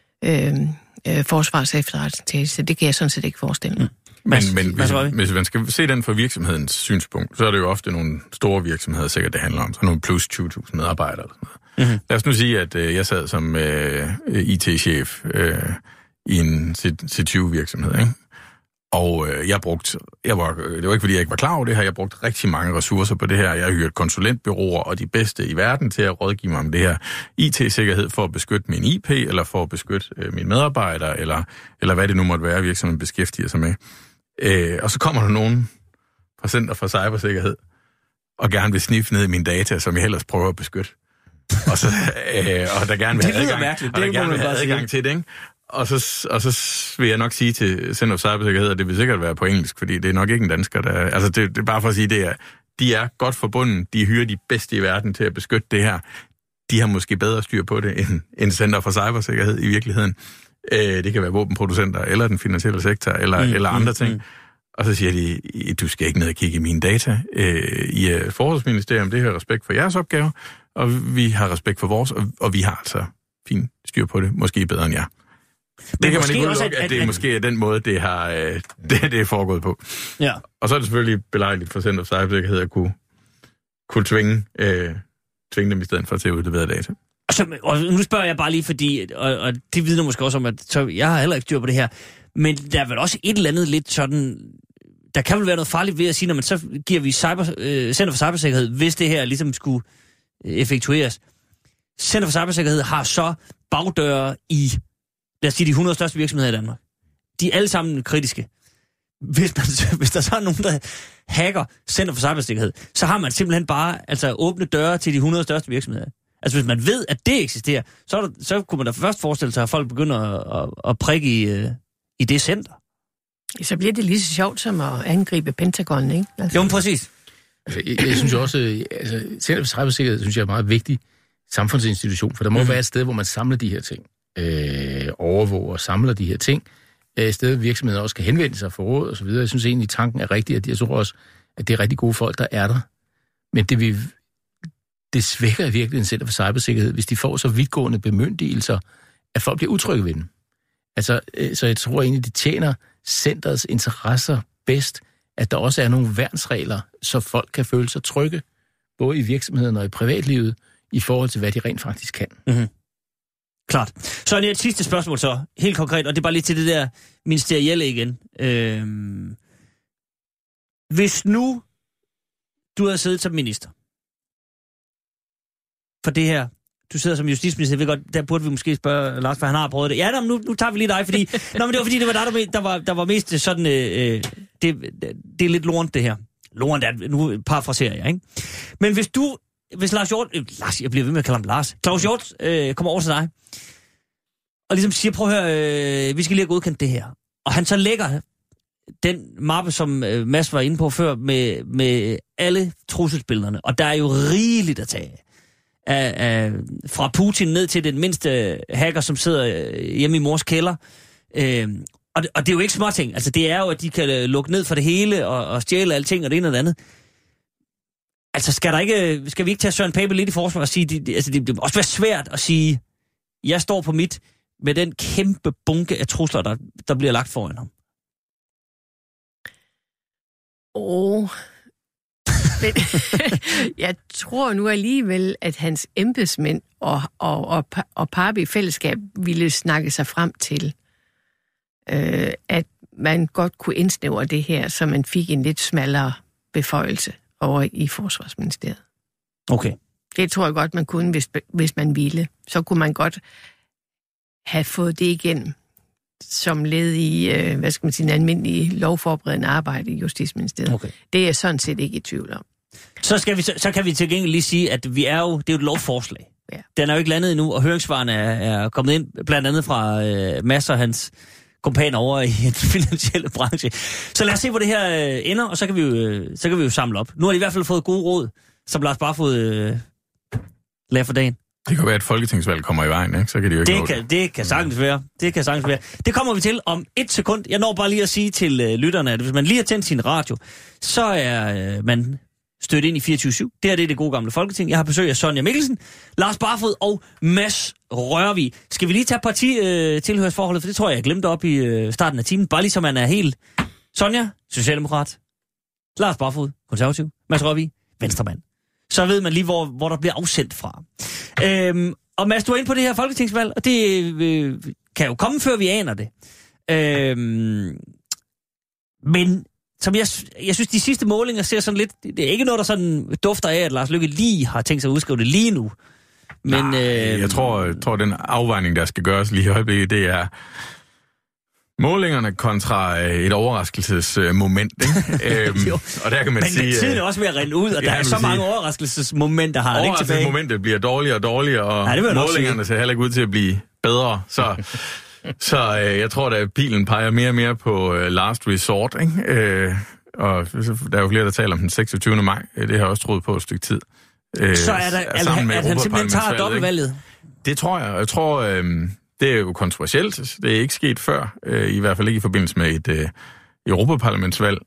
S5: Forsvarets Efterretningstjeneste. Det kan jeg sådan set ikke forestille mig.
S7: Men hvis man skal se den fra virksomhedens synspunkt, så er det jo ofte nogle store virksomheder, sikkert det handler om, så nogle plus 20.000 medarbejdere. Eller sådan noget. Mm-hmm. Lad os nu sige, at jeg sad som IT-chef i en C20-virksomhed, ikke? Og det var ikke fordi jeg ikke var klar over det her, jeg brugte rigtig mange ressourcer på det her. Jeg hyrede konsulentbureauer og de bedste i verden til at rådgive mig om det her IT-sikkerhed for at beskytte min IP, eller for at beskytte mine medarbejdere, eller hvad det nu måtte være, virksomheden beskæftiger sig med. Og så kommer der nogen fra Center for Cybersikkerhed og gerne vil sniffe ned i mine data, som jeg ellers prøver at beskytte. Og der gerne vil have adgang til det, ikke? Og så vil jeg nok sige til Center for Cybersikkerhed, at det vil sikkert være på engelsk, fordi det er nok ikke en dansker, der... Altså, det er bare for at sige, de er godt forbundet, de hyrer de bedste i verden til at beskytte det her. De har måske bedre styr på det, end Center for Cybersikkerhed i virkeligheden. Det kan være våbenproducenter, eller den finansielle sektor, eller andre ting. Og så siger de, du skal ikke ned og kigge i mine data. I Forsvarsministeriet, det har respekt for jeres opgave, og vi har respekt for vores, og vi har altså fint styr på det, måske bedre end jer. Det kan man ikke udelukke, at det måske er den måde, det er foregået på.
S4: Ja. Og
S7: så er det selvfølgelig belejligt for Center for Cybersikkerhed at kunne tvinge dem i stedet for at tage udleverede data.
S4: Og nu spørger jeg bare lige, fordi, og det vidner måske også om, at jeg har heller ikke styr på det her, men der er vel også et eller andet lidt sådan, der kan vel være noget farligt ved at sige, når man så giver vi Center for Cybersikkerhed, hvis det her ligesom skulle effektueres. Center for Cybersikkerhed har så bagdøre i, lad os sige, de 100 største virksomheder i Danmark. De er alle sammen kritiske. Hvis der så er nogen, der hacker Center for Cybersikkerhed, så har man simpelthen bare åbne døre til de 100 største virksomheder. Altså hvis man ved, at det eksisterer, så kunne man da først forestille sig, at folk begynder at prikke i det center.
S5: Så bliver det lige så sjovt som at angribe Pentagon, ikke?
S4: Jo, men præcis.
S6: Jeg synes også, Center for Cybersikkerhed synes jeg er en meget vigtig samfundsinstitution, for der må være et sted, hvor man samler de her ting, overvåger og samler de her ting, et sted, virksomheder også kan henvende sig for råd og så videre. Jeg synes egentlig, tanken er rigtig, og jeg tror også, at det er rigtig gode folk, der er der. Men det svækker i virkeligheden Center for Cybersikkerhed, hvis de får så vidtgående bemyndigelser, at folk bliver utrygge ved dem. Så jeg tror egentlig, de tjener centerets interesser bedst, at der også er nogle værnsregler, så folk kan føle sig trygge, både i virksomheden og i privatlivet, i forhold til, hvad de rent faktisk kan.
S4: Mm-hmm. Klart. Så er det et sidste spørgsmål så, helt konkret, og det er bare lige til det der ministerielle igen. Hvis nu du havde siddet som minister for det her, du sidder som justitsminister, jeg ved godt, der burde vi måske spørge Lars, for han har prøvet det. Ja, nu tager vi lige dig, fordi men det var fordi, det var dig, der var mest sådan, det er lidt lorent det her. Lorent, nu parafraserer jeg, ikke? Men hvis Lars Hjort, jeg bliver ved med at kalde ham Lars, Claus Hjort kommer over til dig, og ligesom siger, prøv at høre, vi skal lige have godkendt det her. Og han så lægger den mappe, som Mads var inde på før, med alle trusselsbillederne. Og der er jo rigeligt at tage fra Putin ned til den mindste hacker, som sidder hjemme i mors kælder. Og det er jo ikke småting. Altså, det er jo, at de kan lukke ned for det hele og stjæle alting og det ene og det andet. Altså, skal vi ikke tage Søren Pape lidt i forsvar og sige, det må også være svært at sige, jeg står på mit med den kæmpe bunke af trusler, der bliver lagt foran ham.
S5: Men jeg tror nu alligevel, at hans embedsmænd og Pape i fællesskab ville snakke sig frem til, at man godt kunne indsnævre det her, så man fik en lidt smallere beføjelse over i Forsvarsministeriet.
S4: Okay.
S5: Det tror jeg godt, man kunne, hvis man ville. Så kunne man godt have fået det igen som led i, en almindelig lovforberedende arbejde i Justitsministeriet. Okay. Det er jeg sådan set ikke i tvivl om.
S4: Så kan vi til gengæld lige sige, at det er jo et lovforslag.
S5: Ja.
S4: Den er jo ikke landet endnu, og høringssvarene er kommet ind, blandt andet fra Mads og hans kompaner over i den finansielle branche. Så lad os se, hvor det her ender, og så kan vi jo samle op. Nu har de i hvert fald fået gode råd, som Lars Barfod lagde for dagen.
S7: Det kan være, at folketingsvalg kommer i vejen, ikke? Så kan de jo ikke
S4: det kan sagtens være. Det kommer vi til om 1 sekund. Jeg når bare lige at sige til lytterne, at hvis man lige har tændt sin radio, så er man stødt ind i 24/7. Det er det gode gamle Folketing. Jeg har besøg af Sonja Mikkelsen, Lars Barfod og Mads Rørvig. Skal vi lige tage partitilhørsforholdet, for det tror jeg glemte op i starten af timen. Bare lige så man er helt. Sonja, socialdemokrat. Lars Barfod, konservativ. Mads Rørvig, venstremand. Så ved man lige, hvor der bliver afsendt fra. Og Mads, du er inde på det her folketingsvalg, og det kan jo komme, før vi aner det. Men som jeg synes, de sidste målinger ser sådan lidt. Det er ikke noget, der sådan dufter af, at Lars Løkke lige har tænkt sig at udskrive det lige nu. Men,
S7: jeg tror, den afvejning, der skal gøres lige i øjeblikket, det er målingerne kontra et overraskelsesmoment. Og der kan man sige...
S4: Men tiden er også ved at rinde ud, og der er så mange overraskelsesmomenter, har ikke tilbage.
S7: Overraskelsesmomentet bliver dårligere og dårligere, og målingerne ser heller ikke ud til at blive bedre. Så jeg tror, at pilen peger mere og mere på last resort, ikke? Og der er jo flere, der taler om den 26. maj. Det har jeg også troet på et stykke tid.
S4: Så er der, at han simpelthen tager dobbeltvalget?
S7: Det tror jeg. Jeg tror... Det er jo kontroversielt. Det er ikke sket før, i hvert fald ikke i forbindelse med et Europaparlamentsvalg.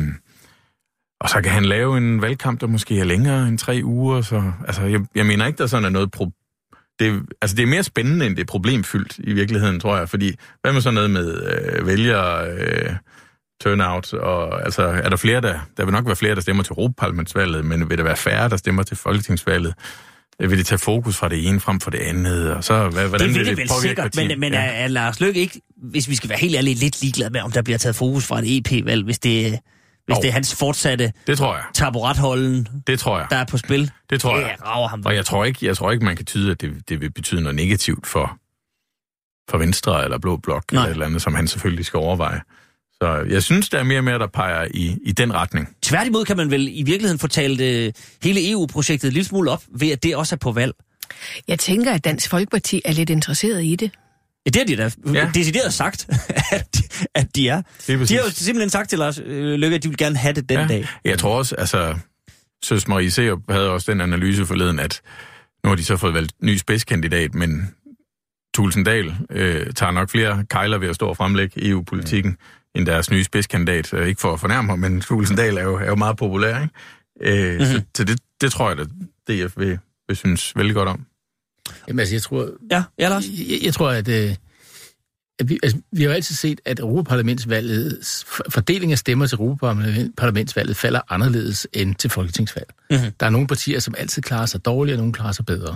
S7: Og så kan han lave en valgkamp, der måske er længere end 3 uger. Så, altså, jeg mener ikke, der sådan er noget det er mere spændende, end det er problemfyldt i virkeligheden, tror jeg. Fordi, hvad med sådan noget med vælgere, turnout, og altså, er der flere, der vil nok være flere, der stemmer til Europaparlamentsvalget, men vil der være færre, der stemmer til folketingsvalget? Vil det tage fokus fra det ene frem for det andet? Og så, hvordan
S4: det vil det sikkert, men er Lars Løkke ikke, hvis vi skal være helt ærlige, lidt ligeglad med, om der bliver taget fokus fra et EP-valg, hvis det er hans fortsatte taburetholden, der er på spil?
S7: Det tror jeg.
S4: Rager ham.
S7: Og jeg tror ikke, man kan tyde, at det vil betyde noget negativt for Venstre eller Blå Blok, eller et eller andet, som han selvfølgelig skal overveje. Så jeg synes, der er mere og mere, der peger i den retning. Tværtimod kan man vel i virkeligheden få talt hele EU-projektet en lille smule op, ved at det også er på valg.
S5: Jeg tænker, at Dansk Folkeparti er lidt interesseret i det.
S4: Ja, det har de da decideret sagt, at de er. De har jo simpelthen sagt til Lars Løkke, at de vil gerne have det den dag. Jeg tror også, altså, Søs Marie Serup havde også den analyse forleden, at nu har de så fået valgt ny spidskandidat, men Thulesen Dahl tager nok flere kejler ved at stå og fremlægge EU-politikken, end deres nye spidskandidat. Ikke for at fornærme ham, men Thulesen Dahl er jo meget populær, ikke? Så det tror jeg, at DF vil synes vældig godt om.
S6: Jamen altså, jeg tror...
S4: Ja, Lars?
S6: Jeg tror, at vi har jo altid set, at Europaparlamentsvalgets fordeling af stemmer til Europaparlamentsvalget falder anderledes end til folketingsvalg. Der er nogle partier, som altid klarer sig dårligt, og nogle klarer sig bedre.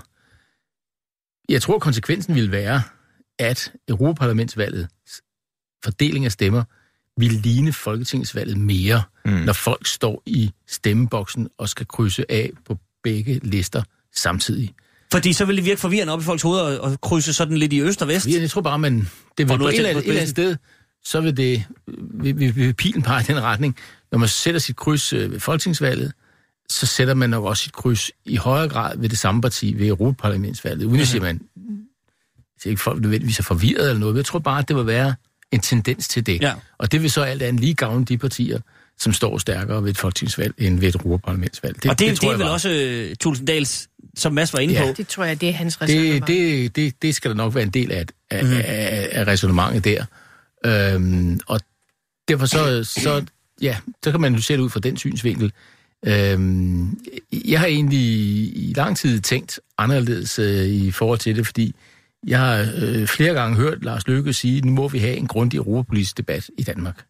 S6: Jeg tror, konsekvensen vil være, at Europaparlamentsvalgets fordeling af stemmer vil ligne folketingsvalget mere, når folk står i stemmeboksen og skal krydse af på begge lister samtidig.
S4: Fordi så vil det virke forvirrende op i folks hoveder og krydse sådan lidt i øst og vest?
S6: Jeg tror bare, men det vil på et eller andet sted, så vil pilen pege i den retning. Når man sætter sit kryds ved folketingsvalget, så sætter man nok også sit kryds i højere grad ved det samme parti ved Europaparlamentsvalget. Uden at sige, man ikke folk nødvendigvis er forvirret eller noget. Jeg tror bare, at det vil være en tendens til det. Ja. Og det vil så alt andet lige gavne de partier, som står stærkere ved et folketingsvalg end ved et Europaparlamentsvalg.
S4: Og det er vel også Thulesen Dahls, som Mads var inde på?
S5: Det tror jeg, det er hans ræsonnement.
S6: Det skal da nok være en del af ræsonnementet der. Og derfor så kan man jo se det ud fra den synsvinkel. Jeg har egentlig i lang tid tænkt anderledes i forhold til det, fordi jeg har flere gange hørt Lars Løkke sige, at nu må vi have en grundig europapolitisk debat i Danmark.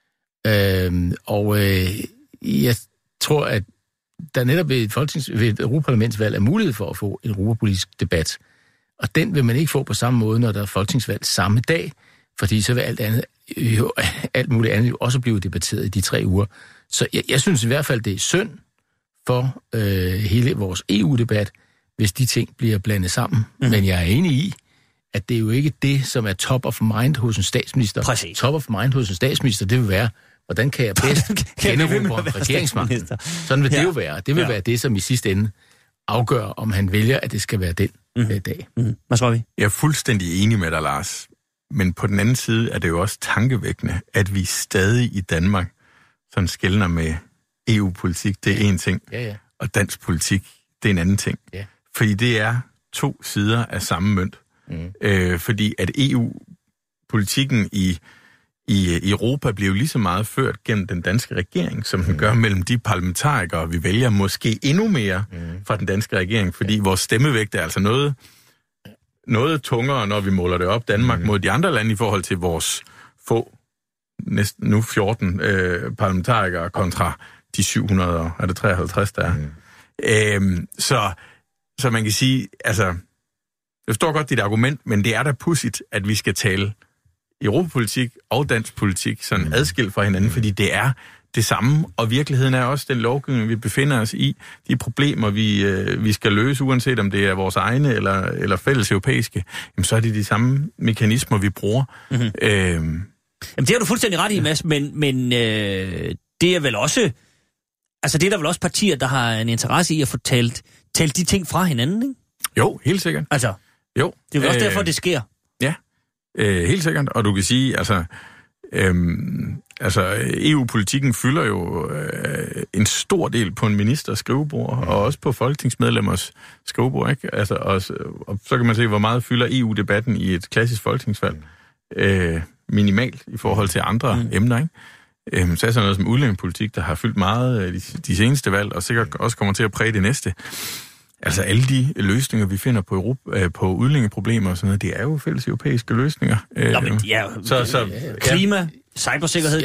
S6: Jeg tror, at der netop ved et europaparlamentsvalg er mulighed for at få en europapolitisk debat. Og den vil man ikke få på samme måde, når der er folketingsvalg samme dag, fordi så vil alt muligt andet jo også blive debatteret i de 3 uger. Så jeg synes i hvert fald, det er synd for hele vores EU-debat, hvis de ting bliver blandet sammen. Men jeg er enig i, at det er jo ikke det, som er top of mind hos en statsminister.
S4: Præcis.
S6: Top of mind hos en statsminister, det vil være, hvordan kan jeg bedst generobre regeringsmagten? Sådan vil det jo være. Det vil være det, som i sidste ende afgør, om han vælger, at det skal være den dag.
S4: Hvad tror vi?
S7: Jeg er fuldstændig enig med dig, Lars. Men på den anden side er det jo også tankevækkende, at vi stadig i Danmark sådan skelner med EU-politik. Det er én ting. Og dansk politik, det er en anden ting. Fordi det er 2 sider af samme mønt. Fordi at EU-politikken i Europa bliver jo lige så meget ført gennem den danske regering, som den gør mellem de parlamentarikere, vi vælger, måske endnu mere fra den danske regering, fordi vores stemmevægt er altså noget tungere, når vi måler det op Danmark mod de andre lande i forhold til vores få, næsten nu 14 parlamentarikere kontra de 753, der er. Så man kan sige, altså, jeg forstår godt dit argument, men det er da pudsigt, at vi skal tale europapolitik og dansk politik sådan adskilt fra hinanden, fordi det er det samme, og virkeligheden er også den lovgivning, vi befinder os i, de problemer, vi skal løse, uanset om det er vores egne eller fælles europæiske, jamen, så er det de samme mekanismer, vi bruger.
S4: Jamen, det har du fuldstændig ret i, Mads, men det er vel også, altså det er der vel også partier, der har en interesse i at få talt de ting fra hinanden, ikke?
S7: Jo, helt sikkert.
S4: Altså,
S7: jo.
S4: Det er vel også derfor, det sker.
S7: Ja, helt sikkert. Og du kan sige, altså, Altså, EU-politikken fylder jo en stor del på en ministers skrivebord, og også på folketingsmedlemmers skrivebord, ikke? Altså, og så kan man se, hvor meget fylder EU-debatten i et klassisk folketingsvalg. Minimalt i forhold til andre emner, ikke? Så er sådan noget som udlændingepolitik, der har fyldt meget de seneste valg, og sikkert også kommer til at præge det næste. Altså alle de løsninger, vi finder på på udlændingeproblemer og sådan noget, det er jo fælles europæiske løsninger.
S4: Nå, men klima, cybersikkerhed,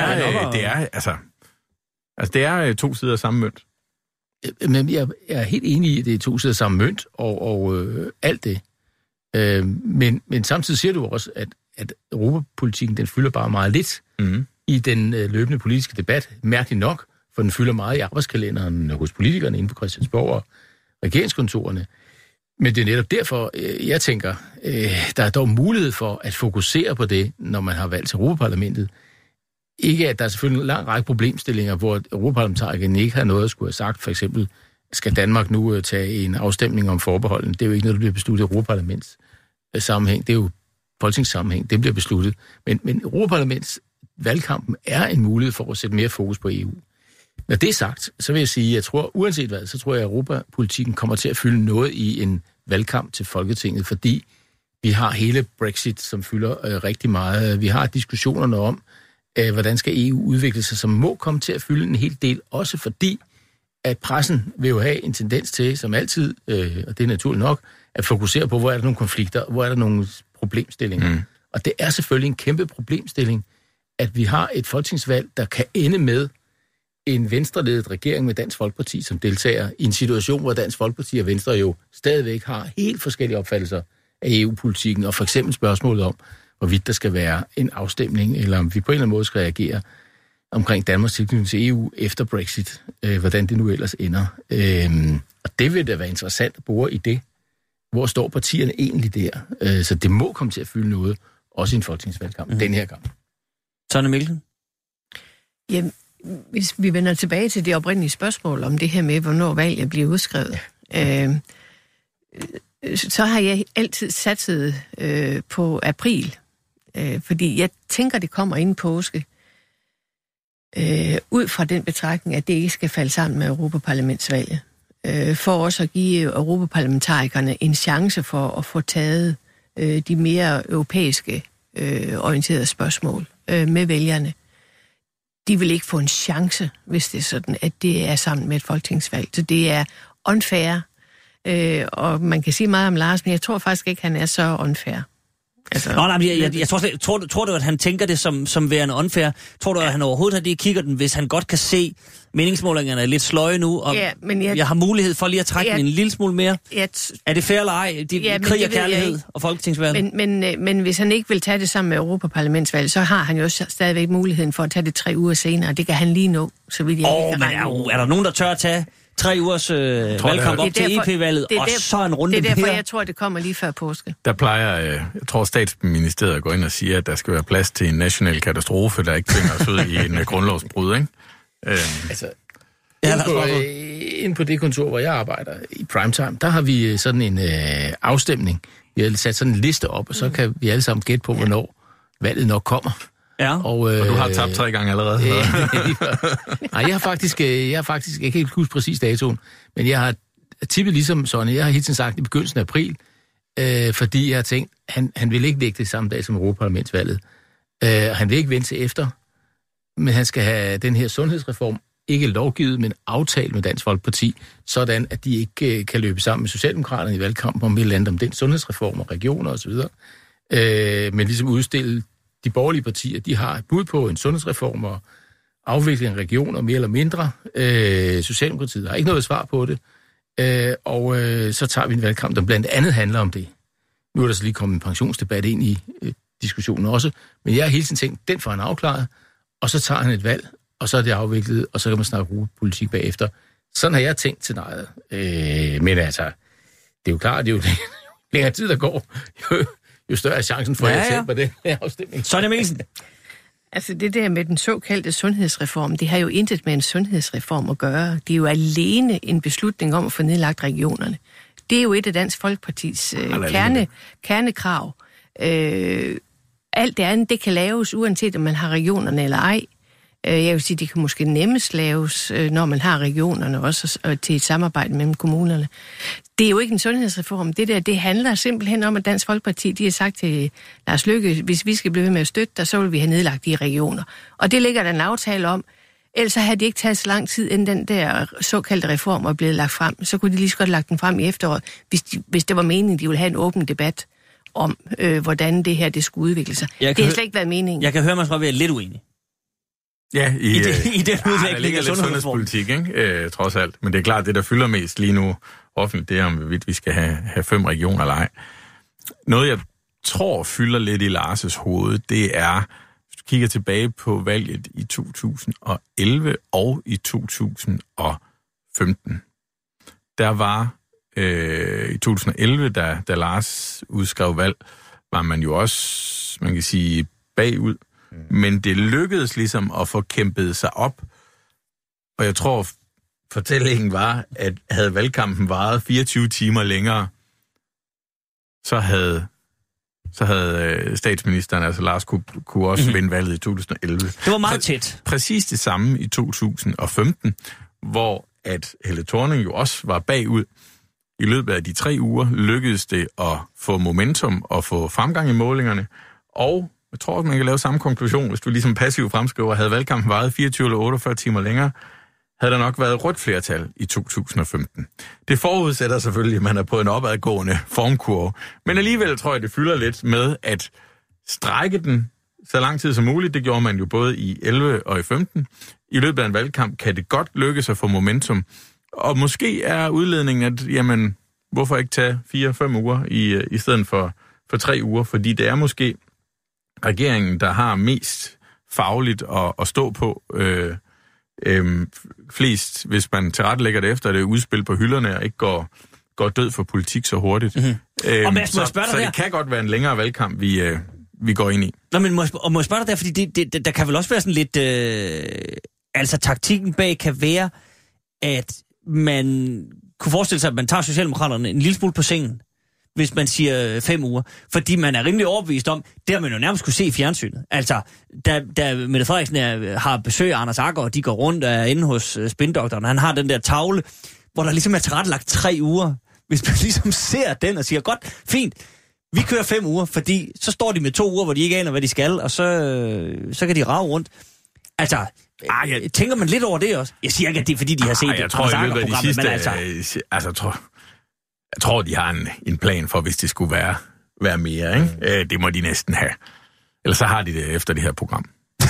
S7: det er to sider af samme mønt.
S6: Men jeg er helt enig i, at det er to sider af samme mønt, og alt det. Men samtidig siger du også, at europapolitikken, den fylder bare meget lidt i den løbende politiske debat. Mærkeligt nok, for den fylder meget i arbejdskalenderen hos politikerne inde på Christiansborg og regeringskontorerne. Men det er netop derfor, jeg tænker, der er dog mulighed for at fokusere på det, når man har valgt til Europaparlamentet. Ikke at der er selvfølgelig en lang række problemstillinger, hvor europaparlamentarikerne ikke har noget at skulle have sagt. For eksempel, skal Danmark nu tage en afstemning om forbeholden? Det er jo ikke noget, der bliver besluttet i Europaparlaments sammenhæng. Det er jo folketingssammenhæng. Det bliver besluttet. Men Europaparlaments valgkampen er en mulighed for at sætte mere fokus på EU. Når det er sagt, så vil jeg sige, at jeg tror, uanset hvad, så tror jeg, at europapolitikken kommer til at fylde noget i en valgkamp til Folketinget, fordi vi har hele Brexit, som fylder rigtig meget. Vi har diskussionerne om, hvordan skal EU udvikle sig, som må komme til at fylde en hel del, også fordi, at pressen vil jo have en tendens til, som altid, og det er naturligt nok, at fokusere på, hvor er der nogle konflikter, hvor er der nogle problemstillinger. Og det er selvfølgelig en kæmpe problemstilling, at vi har et folketingsvalg, der kan ende med en venstreledet regering med Dansk Folkeparti som deltager i en situation, hvor Dansk Folkeparti og Venstre jo stadigvæk har helt forskellige opfattelser af EU-politikken, og for eksempel spørgsmålet om, hvorvidt der skal være en afstemning, eller om vi på en eller anden måde skal reagere omkring Danmarks tilknytning til EU efter Brexit, hvordan det nu ellers ender. Og det vil da være interessant at bore i det. Hvor står partierne egentlig der? Så det må komme til at fylde noget, også i en folketingsvalgkamp, den her gang.
S4: Tonne Mikkelsen?
S5: Jamen, hvis vi vender tilbage til det oprindelige spørgsmål om det her med, hvornår valget bliver udskrevet, så har jeg altid satset på april, fordi jeg tænker, det kommer inden påske, ud fra den betragtning, at det ikke skal falde sammen med Europaparlamentsvalget, for også at give europaparlamentarikerne en chance for at få taget de mere europæiske orienterede spørgsmål med vælgerne. De vil ikke få en chance, hvis det er sådan, at det er sammen med et folketingsvalg. Så det er unfair, og man kan sige meget om Lars, men jeg tror faktisk ikke, han er så unfair. Altså,
S4: jeg tror du, at han tænker det som værende unfair? Tror du, at han overhovedet har det i kikkerten, hvis han godt kan se, meningsmålingerne er lidt sløje nu, og jeg har mulighed for lige at trække en lille smule mere? Er det fair eller ej? Krig og kærlighed og folketingsvalg?
S5: Men hvis han ikke vil tage det sammen med Europaparlamentsvalget, så har han jo stadigvæk muligheden for at tage det 3 uger senere. Det kan han lige nå, så vidt jeg ikke kan regne.
S4: Er der nogen, der tør at tage 3 ugers valgkamp op til EP-valget, og så en runde mere?
S5: Det er derfor, jeg tror, det kommer lige før påske.
S7: Der plejer, jeg tror, Statsministeriet går ind og siger, at der skal være plads til en national katastrofe, der ikke tvinger os ud i en grundlovsbrud, ikke?
S6: Inde på det kontor, hvor jeg arbejder i primetime, der har vi sådan en afstemning. Vi har sat sådan en liste op, og så kan vi alle sammen gætte på, hvornår valget nok kommer.
S7: Ja, og du har tabt 3 gange allerede.
S6: Nej, jeg har faktisk ikke helt huske præcis datoen, men jeg har tippet ligesom sådan, jeg har hele tiden sagt i begyndelsen af april, fordi jeg har tænkt, han vil ikke lægge det samme dag som Europaparlamentsvalget. Han vil ikke vente til efter, men han skal have den her sundhedsreform ikke lovgivet, men aftalt med Dansk Folkeparti, sådan at de ikke kan løbe sammen med Socialdemokraterne i valgkampen om et eller andet om den sundhedsreform og regioner osv., men ligesom udstille de borgerlige partier, de har et bud på en sundhedsreform og afvikling af regioner mere eller mindre. Socialdemokratiet har ikke noget svar på det, og så tager vi en valgkamp, der blandt andet handler om det. Nu er der så lige kommet en pensionsdebat ind i diskussionen også, men jeg har hele tiden tænkt, den får han afklaret, og så tager han et valg, og så er det afviklet, og så kan man snakke politik bagefter. Sådan har jeg tænkt scenariet. Men altså, det er jo klart, det er jo længere tid, der går, jo større er chancen for, at jeg selv på den her afstemning.
S4: Sonja Mikkelsen.
S5: Altså det der med den såkaldte sundhedsreform, det har jo intet med en sundhedsreform at gøre. Det er jo alene en beslutning om at få nedlagt regionerne. Det er jo et af Dansk Folkepartis kernekrav. alt det andet, det kan laves, uanset om man har regionerne eller ej. Jeg vil sige, det kan måske nemmest laves, når man har regionerne også til et samarbejde mellem kommunerne. Det er jo ikke en sundhedsreform. Det handler simpelthen om, at Dansk Folkeparti, de har sagt til Lars Løkke, hvis vi skal blive ved med at støtte dig, så vil vi have nedlagt de regioner. Og det ligger der en aftale om. Ellers havde det ikke taget så lang tid, inden den der såkaldte reform var blevet lagt frem. Så kunne de lige så godt lagt den frem i efteråret, hvis det var meningen, de ville have en åben debat om, hvordan det her det skulle udvikle sig. Det har slet ikke været meningen.
S4: Jeg kan høre, man skal være lidt uenig.
S7: Ja,
S4: i den
S7: der ligger lidt sundhedspolitik, ikke? Trods alt. Men det er klart, det der fylder mest lige nu offentligt, det er, om vi skal have 5 regioner eller ej. Noget, jeg tror fylder lidt i Lars' hoved, det er, hvis du kigger tilbage på valget i 2011 og i 2015. Der var i 2011, da Lars udskrev valg, var man jo også, man kan sige, bagud. Men det lykkedes ligesom at få kæmpet sig op. Og jeg tror, fortællingen var, at havde valgkampen varet 24 timer længere, så havde statsministeren, altså Lars, kunne også vinde valget i 2011.
S4: Det var meget tæt.
S7: Præcis det samme i 2015, hvor at Helle Thorning jo også var bagud. I løbet af de 3 uger lykkedes det at få momentum og få fremgang i målingerne, og jeg tror også, man kan lave samme konklusion, hvis du ligesom passiv fremskriver, havde valgkampen varet 24 eller 48 timer længere, havde der nok været rødt flertal i 2015. Det forudsætter selvfølgelig, at man er på en opadgående formkurve, men alligevel tror jeg, det fylder lidt med at strække den så lang tid som muligt. Det gjorde man jo både i 11 og i 15. I løbet af en valgkamp kan det godt lykkes at få momentum, og måske er udledningen, at jamen, hvorfor ikke tage 4-5 uger i stedet for 3 uger, fordi det er måske regeringen, der har mest fagligt at stå på flest, hvis man tilrettelægger det efter, det udspil på hylderne og ikke går død for politik så hurtigt.
S4: Mm-hmm. Så
S7: det kan godt være en længere valgkamp, vi går ind i.
S4: Nå, men må jeg spørge dig der, fordi der kan vel også være sådan lidt... altså, taktikken bag kan være, at man kunne forestille sig, at man tager Socialdemokraterne en lille smule på sengen, hvis man siger 5 uger. Fordi man er rimelig overbevist om, det har man jo nærmest kunne se i fjernsynet. Altså, da Mette Frederiksen har besøg af Anders Agger, og de går rundt og er inde hos spindoktoren, han har den der tavle, hvor der ligesom er tilrettelagt 3 uger. Hvis man ligesom ser den og siger, godt, fint, vi kører 5 uger, fordi så står de med 2 uger, hvor de ikke aner, hvad de skal, og så kan de rage rundt. Altså, tænker man lidt over det også? Jeg siger ikke, at det er, fordi de har set
S7: Anders Agger-programmet, men altså... Jeg tror, de har en plan for, hvis det skulle være mere, ikke? Det må de næsten have. Eller så har de det efter det her program.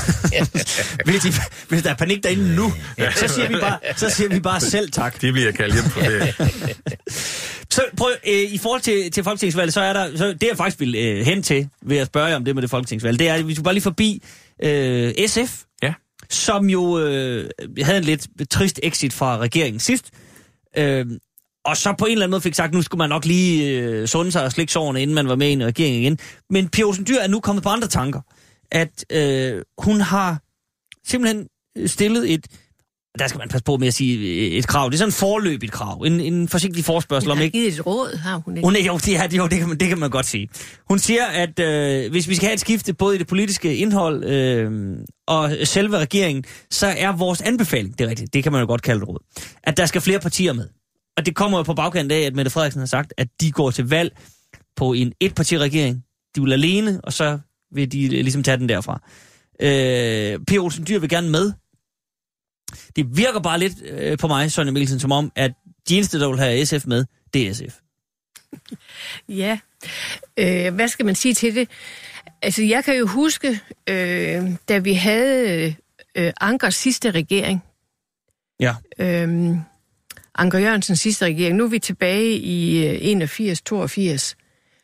S4: Hvis der er panik derinde nu, så siger vi bare selv tak.
S7: Det bliver kaldt hjem på det.
S4: Så prøv, i forhold til folketingsvalget, så er der, så det jeg faktisk vil hen til, ved at spørge jer om det med det folketingsvalg, det er, at vi skulle bare lige forbi SF, som jo havde en lidt trist exit fra regeringen sidst, og så på en eller anden måde fik sagt, nu skulle man nok lige sunde sig og slikke sårene, inden man var med i en regering igen. Men Pia Olsen Dyhr er nu kommet på andre tanker. At hun har simpelthen stillet der skal man passe på med at sige et krav. Det er sådan et forløbigt krav. En forsigtig forespørgsel om ikke...
S5: Hun har givet et råd, har hun ikke?
S4: Det kan man godt sige. Hun siger, at hvis vi skal have et skifte både i det politiske indhold og selve regeringen, så er vores anbefaling, det er rigtigt, det kan man jo godt kalde et råd, at der skal flere partier med. Og det kommer jo på bagkant af, at Mette Frederiksen har sagt, at de går til valg på en etpartiregering. De vil alene, og så vil de ligesom tage den derfra. Pia Olsen Dyhr vil gerne med. Det virker bare lidt på mig, Sonja Mikkelsen, som om, at de eneste, der vil have SF med, det er SF.
S5: Ja, hvad skal man sige til det? Altså, jeg kan jo huske, da vi havde Ankers sidste regering.
S4: Ja.
S5: Anker Jørgensens sidste regering. Nu er vi tilbage i 81-82.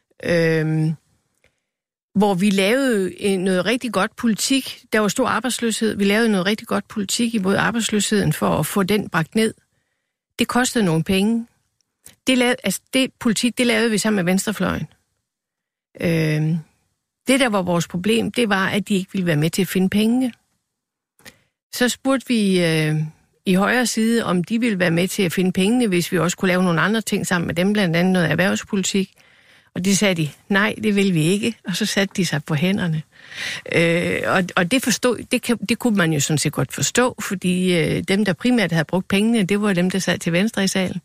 S5: Hvor vi lavede noget rigtig godt politik. Der var stor arbejdsløshed. Vi lavede noget rigtig godt politik imod arbejdsløsheden for at få den bragt ned. Det kostede nogle penge. Det politik, det lavede vi sammen med venstrefløjen. Det, der var vores problem, det var, at de ikke ville være med til at finde pengene. Så spurgte vi i højre side, om de ville være med til at finde pengene, hvis vi også kunne lave nogle andre ting sammen med dem, blandt andet noget erhvervspolitik. Og det sagde de, nej, det vil vi ikke. Og så satte de sig på hænderne. Og det kunne man jo sådan set godt forstå, fordi dem, der primært havde brugt pengene, det var dem, der sad til venstre i salen.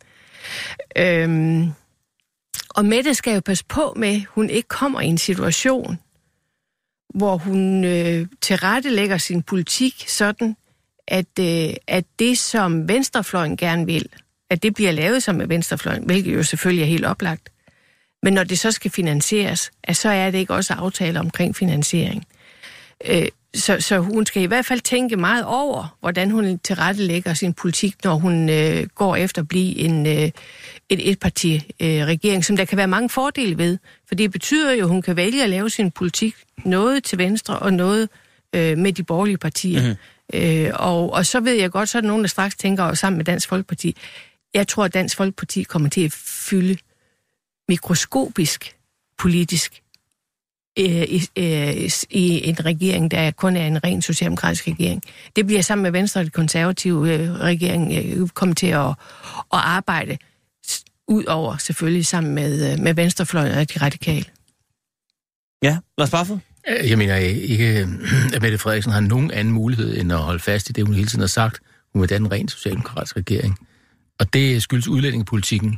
S5: Og Mette skal jo passe på med, hun ikke kommer i en situation, hvor hun tilrettelægger sin politik sådan, at det, som venstrefløjen gerne vil, at det bliver lavet som med venstrefløjen, hvilket jo selvfølgelig er helt oplagt. Men når det så skal finansieres, så er det ikke også aftaler omkring finansiering. Så hun skal i hvert fald tænke meget over, hvordan hun tilrettelægger sin politik, når hun går efter at blive en etparti-regering, som der kan være mange fordele ved. For det betyder jo, at hun kan vælge at lave sin politik noget til venstre og noget med de borgerlige partier. Mm-hmm. Og så ved jeg godt, så er der nogen, der straks tænker sammen med Dansk Folkeparti. Jeg tror, at Dansk Folkeparti kommer til at fylde mikroskopisk politisk i en regering, der kun er en ren socialdemokratisk regering. Det bliver sammen med Venstre og de konservative regering kommer til at arbejde ud over selvfølgelig sammen med venstrefløjen og de radikale.
S4: Ja, Lars Barfod?
S6: Jeg mener ikke, at Mette Frederiksen har nogen anden mulighed end at holde fast i det, hun hele tiden har sagt. Hun vil danne en ren socialdemokratisk regering. Og det skyldes udlændingepolitikken.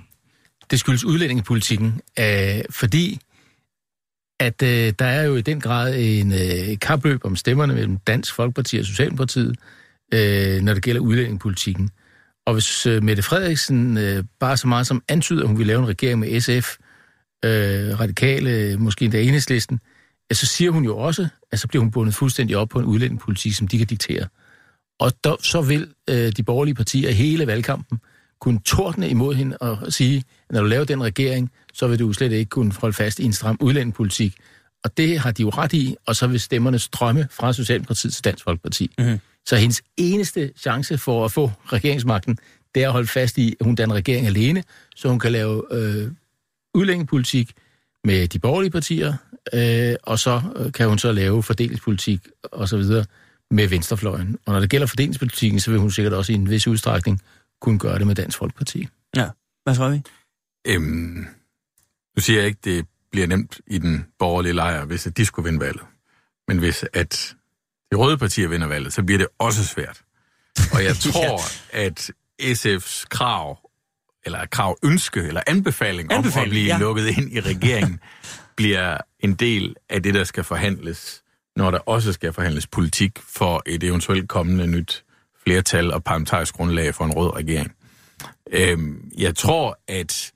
S6: Fordi at der er jo i den grad en kapløb om stemmerne mellem Dansk Folkeparti og Socialdemokratiet, når det gælder udlændingepolitikken. Og hvis Mette Frederiksen bare så meget som antyder, at hun vil lave en regering med SF, radikale, måske endda Enhedslisten, så siger hun jo også, at så bliver hun bundet fuldstændig op på en udlændingepolitik, som de kan diktere. Og så vil de borgerlige partier i hele valgkampen kunne tordne imod hende og sige, at når du laver den regering, så vil du slet ikke kunne holde fast i en stram udlændingepolitik. Og det har de jo ret i, og så vil stemmerne strømme fra Socialdemokratiet til Dansk Folkeparti. Mm-hmm. Så hendes eneste chance for at få regeringsmagten, det er at holde fast i, at hun danner regering alene, så hun kan lave udlændingepolitik med de borgerlige partier, og så kan hun så lave fordelingspolitik og så videre med venstrefløjen. Og når det gælder fordelingspolitikken, så vil hun sikkert også i en vis udstrækning kunne gøre det med Dansk Folkeparti.
S4: Ja, hvad tror vi?
S7: Nu siger jeg ikke, det bliver nemt i den borgerlige lejr, hvis de skulle vinde valget. Men hvis at de røde partier vinder valget, så bliver det også svært. Og jeg tror, at SF's ønske eller anbefaling om at blive lukket ind i regeringen, bliver en del af det, der skal forhandles, når der også skal forhandles politik for et eventuelt kommende nyt flertal og parlamentarisk grundlag for en rød regering. Jeg tror, at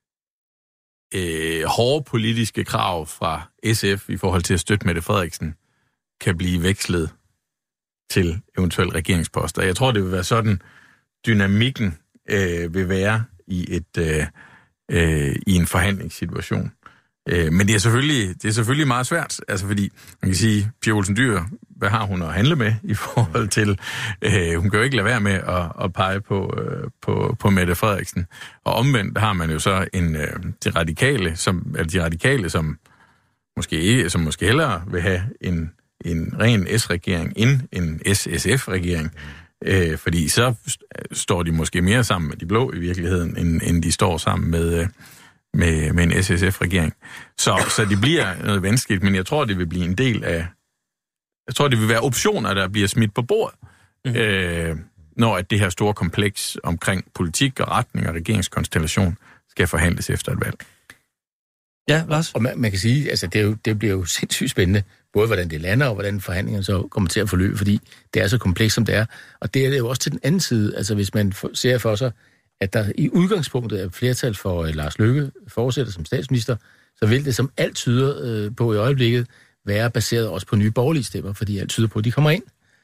S7: hårde politiske krav fra SF i forhold til at støtte Mette Frederiksen kan blive vekslet til eventuelt regeringsposter. Jeg tror, det vil være sådan, dynamikken vil være i en forhandlingssituation. Men det er selvfølgelig meget svært, altså fordi man kan sige, Pia Olsen Dyhr, hvad har hun at handle med i forhold til, hun kan jo ikke lade være med at pege på Mette Frederiksen. Og omvendt har man jo så de radikale, som måske hellere vil have en ren S-regering end en SSF-regering. Fordi så står de måske mere sammen med de blå i virkeligheden, end de står sammen med en SSF-regering. Så det bliver noget vanskeligt, men jeg tror, det vil blive en del af... Jeg tror, det vil være optioner, der bliver smidt på bordet, når at det her store kompleks omkring politik og retning og regeringskonstellation skal forhandles efter et valg.
S4: Ja, Lars?
S6: Og man kan sige, altså det bliver jo sindssygt spændende, både hvordan det lander og hvordan forhandlingerne så kommer til at forløbe, fordi det er så komplekst, som det er. Og det er det jo også til den anden side, altså hvis man ser for sig, at der i udgangspunktet er flertal for Lars Løkke fortsætter som statsminister, så vil det, som alt tyder på i øjeblikket, være baseret også på nye borgerlige stemmer, fordi alt tyder på, at de kommer ind.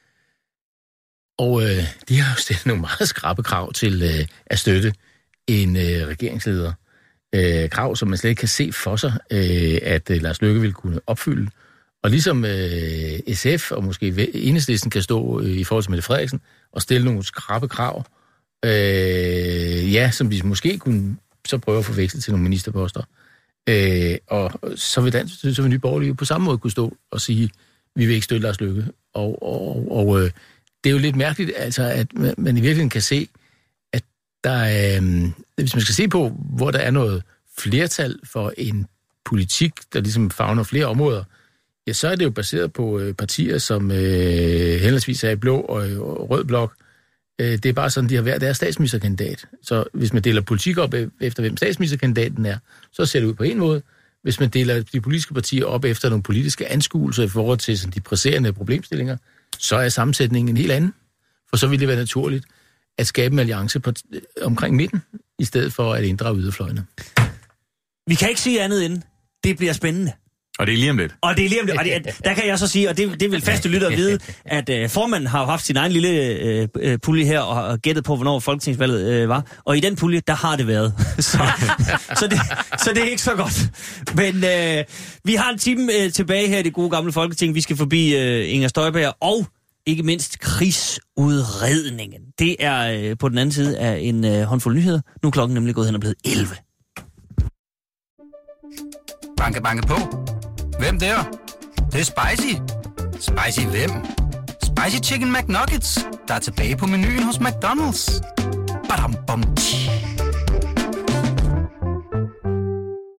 S6: Og de har jo stillet nogle meget skrappe krav til at støtte en regeringsleder. Krav, som man slet ikke kan se for sig, at Lars Løkke vil kunne opfylde. Og ligesom SF og måske Enhedslisten kan stå i forhold til Mette Frederiksen og stille nogle skrappe krav, som vi måske kunne så prøve at få vekslet til nogle ministerposter. Og så vil Nye Borgerlige på samme måde kunne stå og sige, vi vil ikke støtte Lars Løkke. Og det er jo lidt mærkeligt, altså, at man i virkeligheden kan se, at der er, hvis man skal se på, hvor der er noget flertal for en politik, der ligesom favner flere områder, ja, så er det jo baseret på partier, som henholdsvis er i blå og rød blok. Det er bare sådan, de har hver deres statsministerkandidat. Så hvis man deler politik op efter, hvem statsministerkandidaten er, så ser det ud på en måde. Hvis man deler de politiske partier op efter nogle politiske anskuelser i forhold til sådan, de presserende problemstillinger, så er sammensætningen en helt anden. For så vil det være naturligt at skabe en alliance omkring midten, i stedet for at inddrage yderfløjene.
S4: Vi kan ikke sige andet end, det bliver spændende.
S7: Og det er lige om lidt.
S4: Og der kan jeg så sige, og det vil faste lytter at vide, at formanden har haft sin egen lille pulje her og gættet på, hvornår folketingsvalget var. Og i den pulje, der har det været. så det er ikke så godt. Men vi har en time tilbage her i det gode gamle Folketing. Vi skal forbi Inger Støjberg og ikke mindst krigsudredningen. Det er på den anden side af en håndfuld nyheder. Nu er klokken nemlig gået hen og blevet 11.
S1: Banke, banke på. Hvem der? Det er spicy. Spicy hvem? Spicy Chicken McNuggets, der er tilbage på menuen hos McDonald's. Badum, bom, tji.